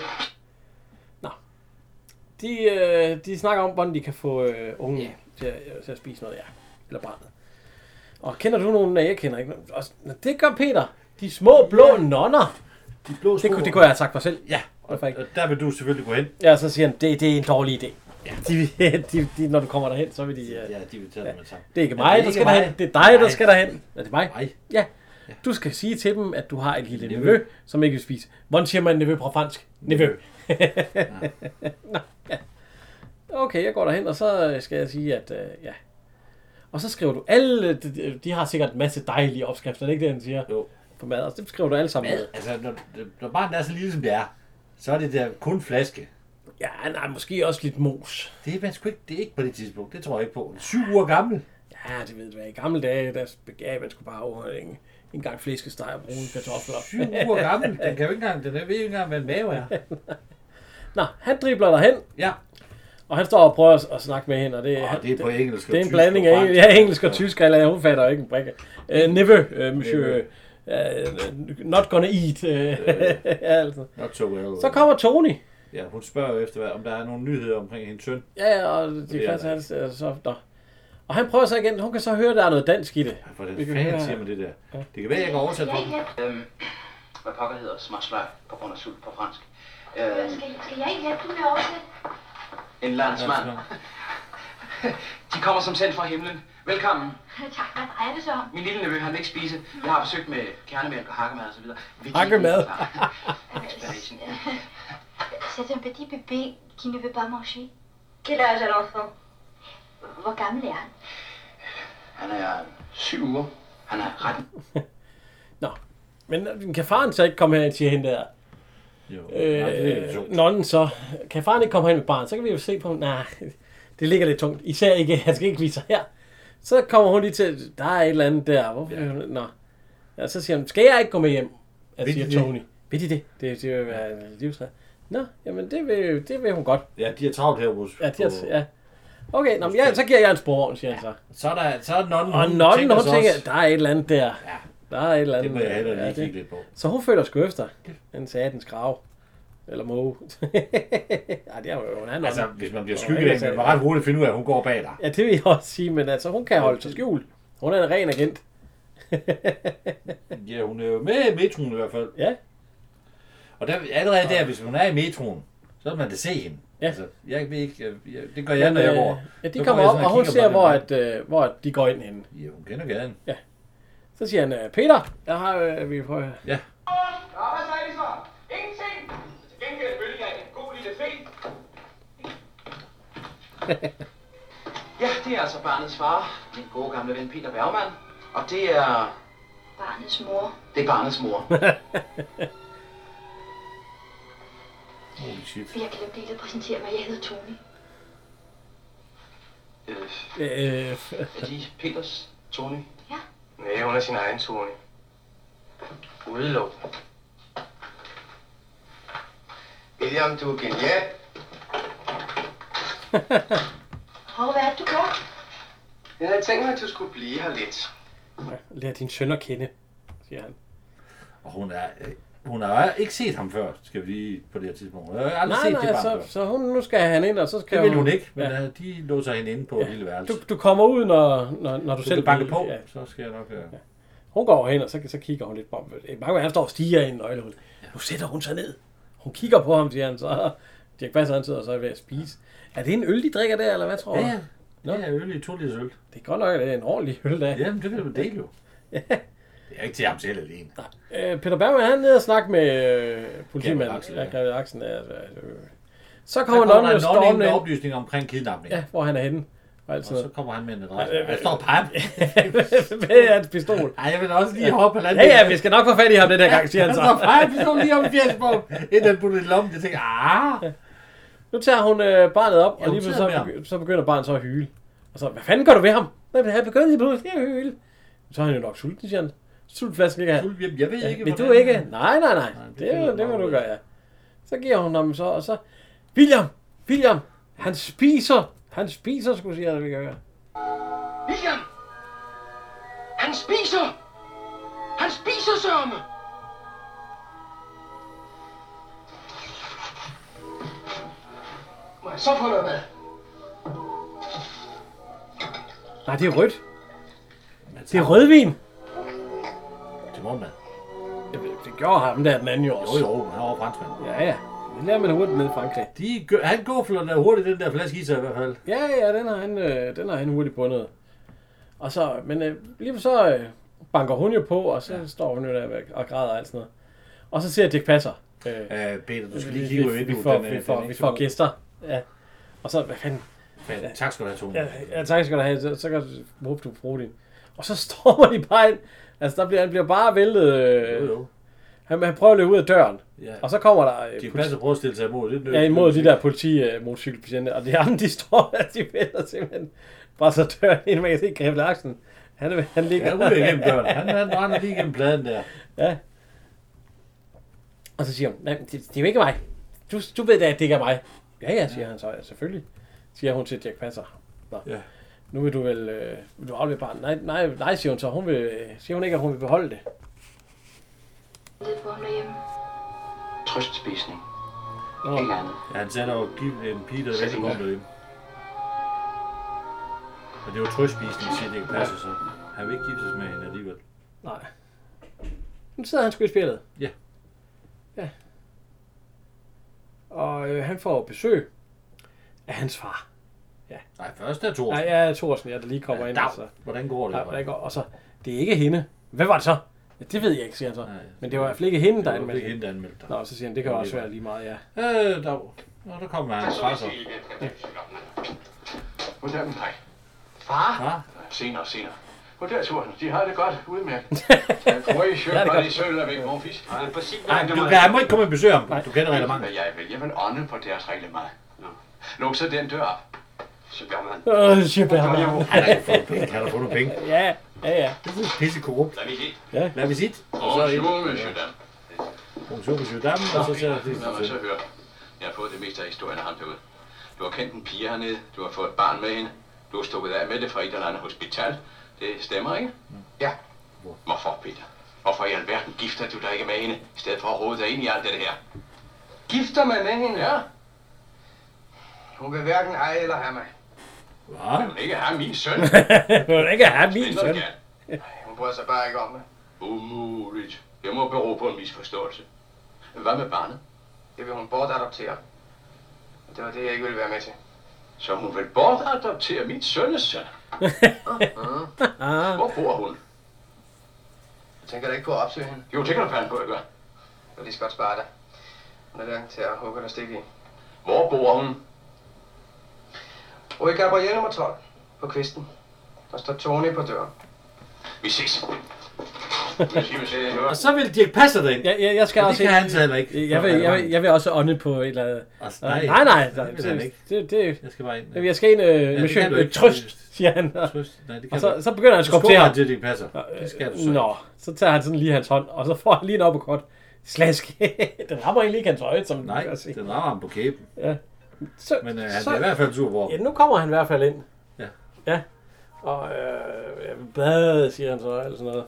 De snakker om, hvordan de kan få ungen til at spise noget, eller barnet. Og kender du nogen? Nej, jeg kender ikke. Det gør Peter. De små blå nonner. De blå små... Det kunne jeg have sagt mig selv. Ja, og der vil du selvfølgelig gå hen. Ja, så siger han, det er en dårlig idé. Ja. De, når du kommer derhen, så vil de... Ja, de vil tage det med sammen. Det er ikke mig, der skal derhen. Det er dig, der skal derhen. Er det mig? Nej. Ja. Du skal sige til dem, at du har en lille nevø, som ikke vil spise. Hvordan siger man nevø på fransk? Nevø. Nå, ja. Okay, jeg går derhen, og så skal jeg sige, at Og så skriver du alle... De har sikkert en masse dejlige opskrifter, det er ikke det, han siger? Jo. På mad, og det skriver du alle sammen med. Altså, når barnet er så lille, som det er, så er det der kun flaske. Ja, nej, måske også lidt mos. Det er ikke på det tidspunkt, det tror jeg ikke på. 7 uger gammel. Ja, det ved du hvad. I gamle dage, der begav man skulle bare over en gang flæskesteg og brune kartofler. 7 uger gammel. Den kan jo ikke engang, den ved ikke engang, hvad en mave er. Nå, han dribler derhen. Ja. Og han står og prøver at snakke med hende, og det er på engelsk og det er en tysk blanding af engelsk og tysk, eller hun fatter ikke en brække. Nevø, monsieur, not gonna eat. Altså. Not so well. Så kommer Tony. Ja, hun spørger efter, om der er nogle nyheder omkring hendes søn. Ja, og det kan så... Og han prøver så igen, hun kan så høre, der er noget dansk i det. Ja, for det fanden siger man det der. Ja. Det kan være, jeg kan oversætte for dem. Hvad pokker hedder smarsløg på grund af sult på fransk? Skal jeg ikke hjælpe dig med at oversætte? En landsmand. De kommer som sendt fra himlen. Velkommen. Tak, hvad drejer det så om? Min lille nevø, han vil ikke spise. Jeg har forsøgt med kernemælk og hakkemad og så videre. Hakkemad? C'est un petit bébé qui ne veut pas manger. Quel âge er l'enfant? Hvor gammel er han? Han er 7 uger. Han er ret... Nå, men kan faren så ikke komme her og sige hende der? Jo, nonnen så. Kan faren ikke komme hen med barn, så kan vi jo se på, nej, det ligger lidt tungt. Især ikke, han skal ikke vise sig her. Så kommer hun lige til, der er et eller andet der. Hvorfor? Ja. Nå. Ja, så siger hun, skal jeg ikke gå med hjem? Jeg Ved siger de det? Tony. Ved de det? Det vil være livsret. Nå, jamen det vil hun godt. Ja, de har travlt her hos... Ja, ja. Okay, nå, men så giver jeg en sporvogn, siger han så. Så er nonnen, og nonnen, hun tænker, der er et eller andet der. Ja. Der er et eller andet. Det må jeg heller lige kigge lidt på. Så hun føler sgu efter. Den satans grav. Eller måge. Ja, det er jo hun er altså, hvis man bliver skygget, så er det ret hurtigt at finde ud af, at hun går bag dig. Ja, det vil jeg også sige, men altså, hun kan holde sig skjult. Hun er en ren agent. Ja, hun er jo med i metroen i hvert fald. Ja. Og der, allerede der, hvis hun er i metroen, så vil man da se hende. Ja. Altså, jeg ved ikke, det gør jeg, når jeg går. Ja, de kommer op, og hun ser, hvor de går ind henne. Ja, hun kender gaden. Ja. Så siger han, Peter, jeg har... vi prøver... Ja. Ja, hvad sagde de så? Ingenting! Til gengæld vil jeg en god lille fe. Ja, det er altså barnets far, min gode gamle ven Peter Bergman. Og det er... Barnets mor. Det er barnets mor. Holy shit. Jeg glemte helt at præsentere mig. Jeg hedder Tony. Er de Peters Tony? Ja. Nej, hun er sin egen Tony. Udelukkende. William, du er genial. Hov, hvad er det, du gør? Jeg havde tænkt mig, at du skulle blive her lidt. Lær din søn at kende, siger han. Og hun har ikke set ham før, skal vi lige på det her tidspunkt. Hun har aldrig set det barn før. Så nu skal han ind, og så skal det vil hun ikke, men de låser hende inde på et lille værelse. Du kommer ud, når du selv banker på, så skal jeg nok... Ja. Hun går hen, og så kigger hun lidt på ham. Mange han står og stiger i en nøglehul. Ja. Nu sætter hun sig ned. Hun kigger på ham, siger han, så Dirch Passer han sidder og så er ved at spise. Er det en øl, de drikker der, eller hvad tror du? Ja, det er øl i 2 liters øl. Det er godt nok, at det er en ordentlig øl der. Jamen, det kan du dele jo. Ja. Det er ikke til ham selv alene. Peter Bergman, han er nede og snakke med politimanden. Ja, Axel. Så kommer nonnen jo stormende ind. Oplysninger omkring kidnapning. Ja, hvor han er henne. Og så kommer han med en adresse. Han står og peger med hans pistol. Ej, jeg vil også lige hoppe på landet. Ja, vi skal nok få fat i ham den her gang, siger han så. Han står og peger pistol lige om i fjersborg, inden han putter i lommen. Jeg tænker, Nu tager hun barnet op, og lige så begynder barnet så at hyle. Og så, hvad fanden gør du ved ham? Han begynder lige pludselig at hyle. Så er han jo nok sulten, siger han. Sultflasken ikke her. Jeg ved ikke, vil du ikke? Nej. Det må du gøre, ja. Så giver hun ham så, og så... William! Han spiser, skulle sige, at vi kan gøre. William! Han spiser sørme! Må jeg så få noget mad? Nej, det er rødt. Det er rødvin. Det må man. Det gjorde ham der den anden jo også. Jo, han er over franskmand. Ja. Det lærer man hurtigt ned i Frankrig. Han går der hurtigt den der flaske i sig i hvert fald. Ja, den har han hurtigt bundet. Og så, men lige så banker hun jo på, og så står hun jo der og græder og alt sådan noget. Og så siger Dirch Passer. Peter, du skal lige kigge ud i vinduet. Vi får gæster. Ja. Og så, hvad fanden? Tak skal du have, Tony. Ja, tak skal du have. Så kan du bruge din. Og så stormer de bare ind. Altså, han bliver bare væltet. Han prøver at løbe ud af døren. Ja. Og så kommer der... De passer på at stille sig imod. Imod de der politimotorcykelpatienter. Og de andre, de står de vælter simpelthen bare så døren ind. Man kan se Greve Larsen. Han ligger... Han er ude igennem døren. Han brænder lige igennem pladen der. Ja. Og så siger hun, nej, det er jo ikke mig. Du ved da, at det ikke er mig. Ja, siger han så. Ja, selvfølgelig. Siger hun til Dirch Passer. Nå. Ja. Nu vil du vel... vil du aflevere barnet? Nej, siger hun så. Siger hun ikke, at hun vil beholde det. Trøstspisning. Ikke andet. Ja, han sagde, at der var en pige, der rigtig godt derhjemme. Og det var trøstspisning, siger Dirch Passer så. Han vil ikke giftes med hende alligevel. Nej. Nu sidder han sgu i spillet. Ja. Og han får besøg af hans far. Ja. Nej, først er Thorsen. Nej, ja, Thorsen, der lige kommer ind. Altså. Hvordan går det? Ja, hvordan går? Og så, det er ikke hende. Hvad var det så? Ja, det ved jeg ikke, siger han så. Nej, men det var i hvert fald ikke hende, der anmeldte. Nå, så siger han, det kan jo også være lige meget, ja. Der kommer hans far så. Goddag med dig. Far? Senere. Goddag, Thorsen. De har det godt udmærket. Frøy, sjøl, bare lige søl og væk, morfis. Han må ikke komme og besøge ham. Du kender reglementet. Jeg vil ånde på deres reglement. Luk så den dør op. Siger Bergman. Han har fået penge. Ja. Ja. Det er pisse korrupt. Lad mig se. Ja. Lad vi sit. Bonjour, monsieur dame. Bonjour, monsieur dame. Og så ser det. Lad mig så høre. Jeg har fået det meste af historien af ham derude. Du har kendt en pige hernede. Du har fået et barn med hende. Du har stukket af med det fra et eller andet hospital. Det stemmer, ikke? Ja. Hvorfor, Peter? Hvorfor i alverden gifter du dig ikke med hende, i stedet for at rode dig ind i alt det her? Gifter mig med hende? Ja. Hun vil hverken eje eller have mig. Hvad? Vil hun ikke have min søn? Vil hun ikke have min søn? Hun bryder sig bare ikke om det. Umuligt. Det må bero på en misforståelse. Hvad med barnet? Det vil hun bortadoptere. Og det var det, jeg ikke ville være med til. Så hun vil bortadoptere mit sønnesøn. Hvor bor hun? Jeg tænker da ikke på at opsøge hende. Jo, det kan du fandme på at gøre. Jeg vil lige så godt spare dig. Hun er langt til at hugge eller stikke i. Hvor bor hun? Og i Gabrielle nummer 12 på kvisten. Der står Tony på døren. Vi ses. Og så vil Dirch Passer derind. Jeg skal også det kan han så heller ikke. Jeg vil også ånde på et eller andet. Altså, Nej. Jeg skal bare ind. Jeg skal ind, monsieur, trøst, siger han. Og så begynder han at skubbe til ham. Til Dirch Passer. Det skal du så. Nå, så tager han sådan lige hans hånd, og så får han lige en uppercut. Slask. Den rammer egentlig ikke hans øje, som nej, den rammer ham på kæben. Ja. Men han er i hvert fald sur på. Ja, nu kommer han i hvert fald ind. Ja. Og bad, siger han så, eller sådan noget.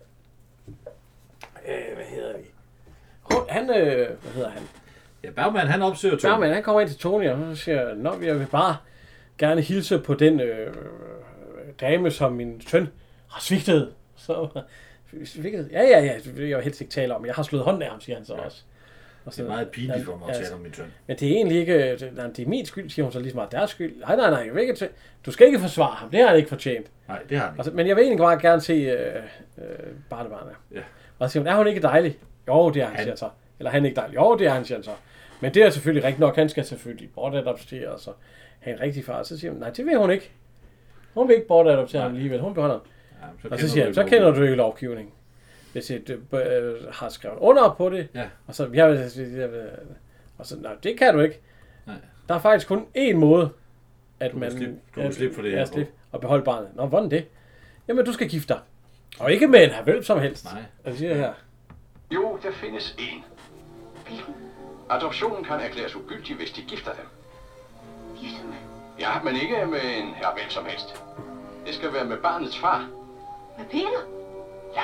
Hvad hedder vi? Hvad hedder han? Ja, Bergman, han opsøger Tony. Bergman, han kommer ind til Tony, og så siger, nå, jeg vil bare gerne hilse på den dame, som min søn har svigtet. Så, svigtet? Ja, jeg vil helst ikke tale om. Jeg har slået hånden af ham, siger han så også. Og det er meget pinligt for mig at tale om min søn. Men det er egentlig ikke, det er min skyld, siger hun så ligesom, at deres skyld. Nej, jeg vil ikke du skal ikke forsvare ham, det har han ikke fortjent. Nej, det har han ikke. Men jeg vil egentlig bare gerne se barnebarnet. Ja. Og så siger hun, er hun ikke dejlig? Jo, det er han, siger så. Eller han er ikke dejlig? Jo, det er han, siger han så. Men det er selvfølgelig rigtigt nok, han skal selvfølgelig bortadoptere, og så have en rigtig far. Så siger hun, nej, det vil hun ikke. Hun vil ikke bortadoptere ham alligevel, hun beholder ham. Ja, og så siger han, så kender du ikke lovgivning. Hvis jeg har skrevet under på det, og så, og så, nej, det kan du ikke. Nej. Der er faktisk kun én måde, at man kan slippe for det her på. Og beholde barnet. Nå, hvordan det? Jamen, du skal gifte dig. Og ikke med en hvem som helst. Nej. Jeg siger her. Jo, der findes en. Adoptionen kan erklæres ugyldig, hvis de gifter dem. Gifter man? Ja, men ikke med en her hvem som helst. Det skal være med barnets far. Med Peter? Ja.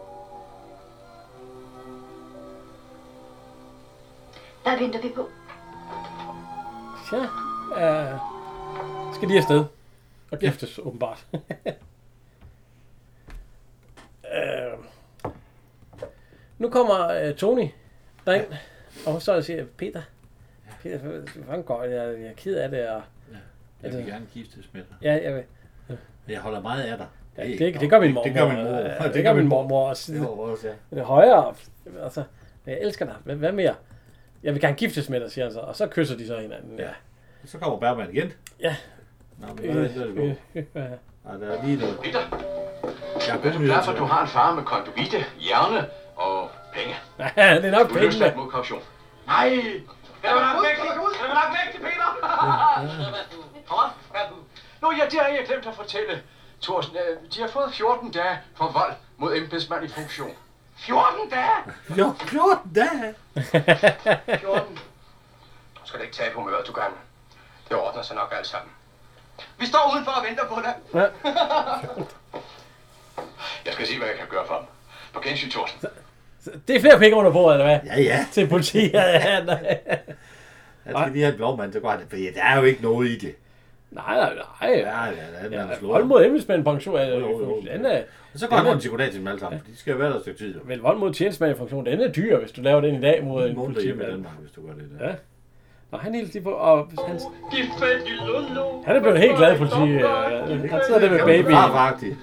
Hvad venter vi på? Ja, skal de afsted og giftes, åbenbart. Nu kommer Tony derind, og så siger Peter, hvordan går det? Jeg er ked af det. Og, jeg vil gerne giftes med dig. Ja, jeg vil. Jeg holder meget af dig. Ja, det gør min mormor. Det gør min mormor også. Det er højere. Altså, jeg elsker dig. Hvad mere? Jeg vil gerne giftes med dig, siger han så. Og så kysser de så hinanden. Ja. Så kommer Bergman igen. Ja. Nå, men hvad er det der er lige noget. Peter, jeg er glad for, at du har en far med konduite, hjerne og penge. Ja, det er nok penge. Du er løsladt mod kaution. Nej! Det var nok væk til Peter! Nå ja, det har jeg glemt at fortælle. Thorsten, de har fået 14 dage for vold mod embedsmand i funktion. 14 dage! Jo, 14 dage! 14. Du skal ikke tabe humøret, du kan. Det ordner sig nok alt sammen. Vi står udenfor og venter på dig. Ja. Jeg skal se, hvad jeg kan gøre for dem. På gensyn, Thorsten. Det er flere penge under bordet, eller hvad? Ja. Til politiet. Jeg skal lige have en blåmand, så går det, fordi der er jo ikke noget i det. Nej. Vold mod embedsmænd funktion. Så går han til goddag til dem alle sammen, for de skal jo være der et stykke tid. Vel, vold mod tjenestemand funktion, den er dyr, hvis du laver den i dag mod en politimand. Hvis du gør det der. Ja. Og han hilser lige på, og han er blevet helt glad, politi. Han sidder der med baby. Farfagtigt.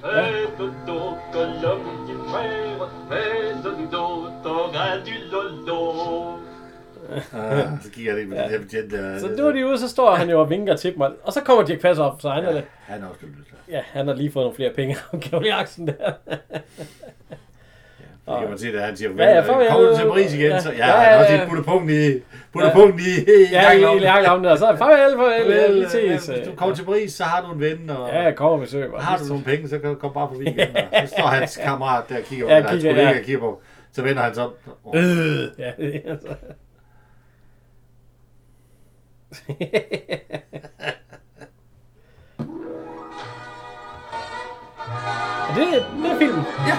Så kigger jeg lige med det betjent der. Så nu er de ude, så står han jo og vinker til dem, og så kommer Dirch Passer op, så han er det. Han er også blevet løsladt. Ja, han har lige fået nogle flere penge af Georg Jacobsen der. Det kan man se, at han siger, kommer du til Paris igen? Så, han har også lige puttet i jakkelammen der. Så farvel. Vi ses. Hvis du kommer til Paris, så har du en ven. Og jeg kommer og besøger mig. Har du nogle penge, så kan du komme bare forbi igen. Og så står hans kammerat der og kigger på, hans kollega kigger på. Så vender han så. Ja, det er altså. Det er filmen. Ja.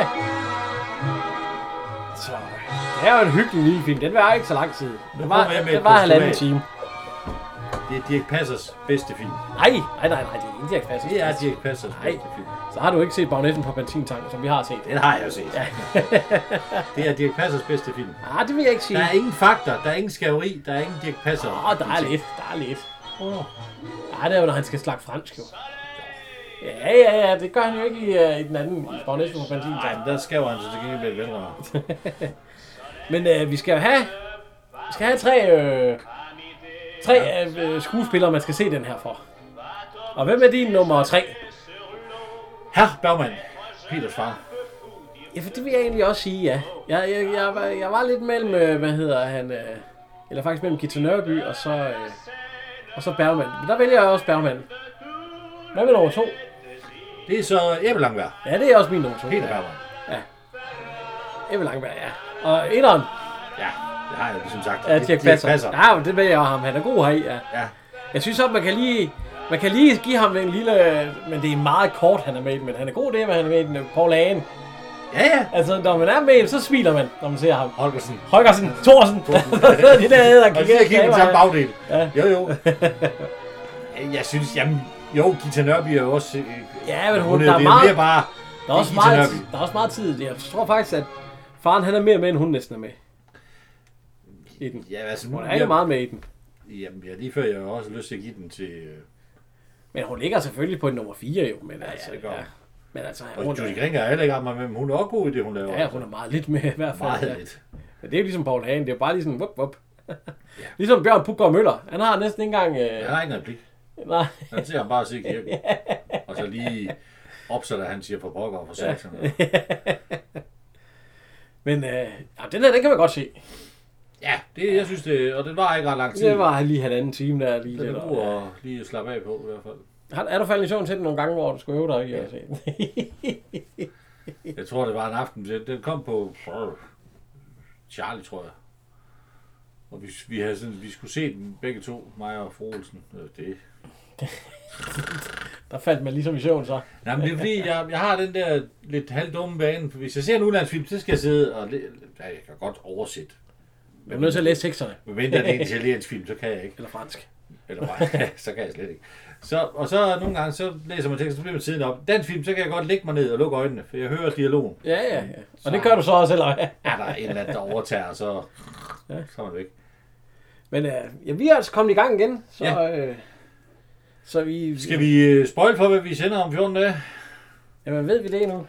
Så det er jo en hyggelig lille film. Den var ikke så lang tid. Det var halvanden time. Det er Dirch Passers bedste film. Nej, det er ikke Dirch Passers. Det er Dirch Passers bedste film. Så har du ikke set Bagnetten på benzintanken, som vi har set. Den har jeg jo set. Ja. Det er Dirch Passers bedste film. Nej, det vil jeg ikke sige. Der er ingen fakter, der er ingen skæveri, der er ingen Dirch Passer. Der er lidt. Nej, det er jo, når han skal snakke fransk, jo. Ja, det gør han jo ikke i den anden, i Bagnetten på benzintanken. Nej, der skæver han så til gengæld med et venner. Men vi skal have tre skuespillere, man skal se den her for. Og hvem er din nummer 3? Hr. Bergman, Peters far. Ja, for det vil jeg egentlig også sige, ja. Jeg var lidt mellem, eller faktisk mellem Gita Nørby og så Bergman. Men der vælger jeg også Bergman. Hvad med nummer 2? Det er så Ebbe Langberg. Ja, det er også min nummer 2. Peter Bergman. Ja. Ebbe Langberg, ja. Og etteren? Ja, det har jeg jo ligesom sagt. Ja, Dirch Passer. Ja, det vælger jeg ham. Han er god heri, ja. Jeg synes også, man kan lige give ham en lille... Men det er meget kort, han er med i den. Men han er god, det med, han er med i den. Paul Hagen. Ja. Altså, når man er med, så smiler man, når man ser ham. Holgersen. Thorsen. Det der æder. Og det giver den samme bagdel. Ja. Jo. Jeg synes, Gita Nørby er jo også... Ja, men der er også meget tid. Jeg tror faktisk, at faren han er mere med, end hun næsten er med. I den. Ja, altså... Hun er ikke meget med i den. Jamen, lige før jeg også lyst til at give den til... Men hun ligger selvfølgelig på en nummer 4 jo, men altså... det gør hun. Men altså... Og Judy Gringer er heller ikke med, men hun er også god i det, hun laver. Ja, hun er meget lidt med i hvert fald. Meget lidt. Men det er jo ligesom Paul Hagen, det er jo bare lige sådan, wup. Ligesom Bjørn Puggaard Møller. Han har næsten ikke engang... Han har ikke en replik. Nej. Han ser ham bare se kirken. Og så lige opsætter han siger for pokker og for satan. Men den her, den kan man godt se. Ja, det jeg synes det, og den var ikke ret lang tid. Det var lige halvanden time der lige lidt. Den er lige at slappe af på i hvert fald. Er du faldet i søvn til den nogle gange, hvor du skulle øve dig i at se den? Jeg tror det var en aften. Den kom på Charlie, tror jeg. Og vi skulle se den begge to, mig og fru Olsen. Der faldt man ligesom i søvn så. Nej, men det er fordi, jeg har den der lidt halvdumme bane. Hvis jeg ser en udlandsfilm, så skal jeg sidde og... jeg kan godt oversætte. Men du er nødt til at læse teksterne. Men venter det er en italiensk film, så kan jeg ikke. Eller fransk. Så kan jeg slet ikke. Og så nogle gange, så læser man teksten, så bliver man tiden op. Den film, så kan jeg godt lægge mig ned og lukke øjnene, for jeg hører dialogen. Ja. Og det gør du så også, eller hvad? Ja, der er en eller anden, der overtager, så er man væk. Men vi er altså kommet i gang igen, så... Så skal vi spoil for, hvad vi sender om 14 dage? Jamen, ved vi det nu?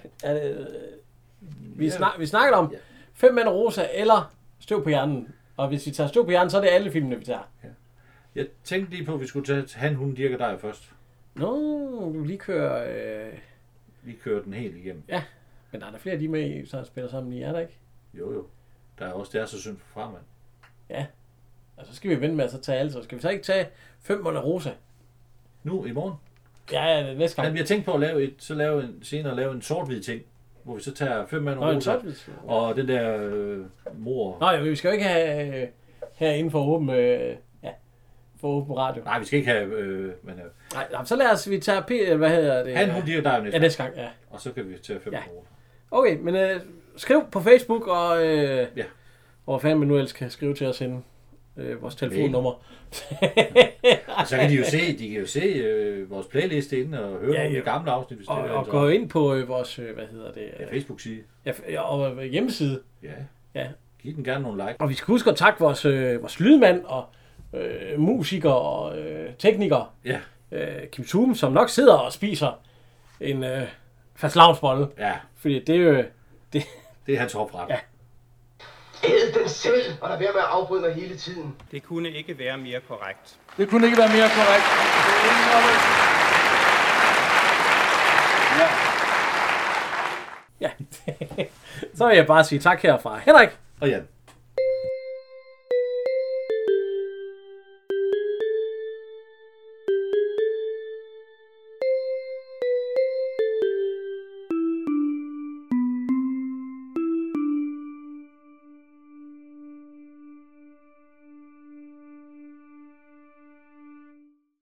Vi snakker om 5 mænd og Rosa eller Støv på hjernen. Og hvis vi tager Støv på hjernen, så er det alle filmene, vi tager. Ja. Jeg tænkte lige på, at vi skulle tage Han, Hun, Dirch og Dig først. Du lige kører... Vi kører den helt igennem. Ja, men der er der flere af de med, så spiller sammen i, er der ikke? Jo. Der er også, det er så synd for farmand. Ja, og så skal vi vente med at så tage alle, så skal vi så ikke tage 5 mænd og Rosa? Nu i morgen? Ja, næste gang. Men vi har tænkt på at lave en sort-hvid ting, hvor vi så tager 5 mænd og Rosa, og den der mor... Nej, vi skal jo ikke have herinde for åben, for åben radio. Nej, vi skal ikke have... Nej, så lad os vi tage hvad hedder det? Han, Hun, Dirch og Dig næste gang. Ja. Og så kan vi tage 5 mænd og Rosa. Okay, men skriv på Facebook, og hvor fanden man nu ellers kan skrive til os henne. Vores telefonnummer. Så kan de jo se vores playliste inde og høre nogle af de gamle afsnit. Hvis og gå ind på vores, Facebook-side. Ja, og hjemmeside. Ja. Giv den gerne nogle like. Og vi skal huske at takke vores lydmand og musiker og tekniker. Ja. Kim Zoom, som nok sidder og spiser en fastelavnsbolle. Ja. Fordi det er jo... Det er hans hopret. Ja. Æd den selv, og lad være med at afbryde mig hele tiden. Det kunne ikke være mere korrekt. Det kunne ikke være mere korrekt. Ja. Så vil jeg bare sige tak herfra. Henrik. Og Jan.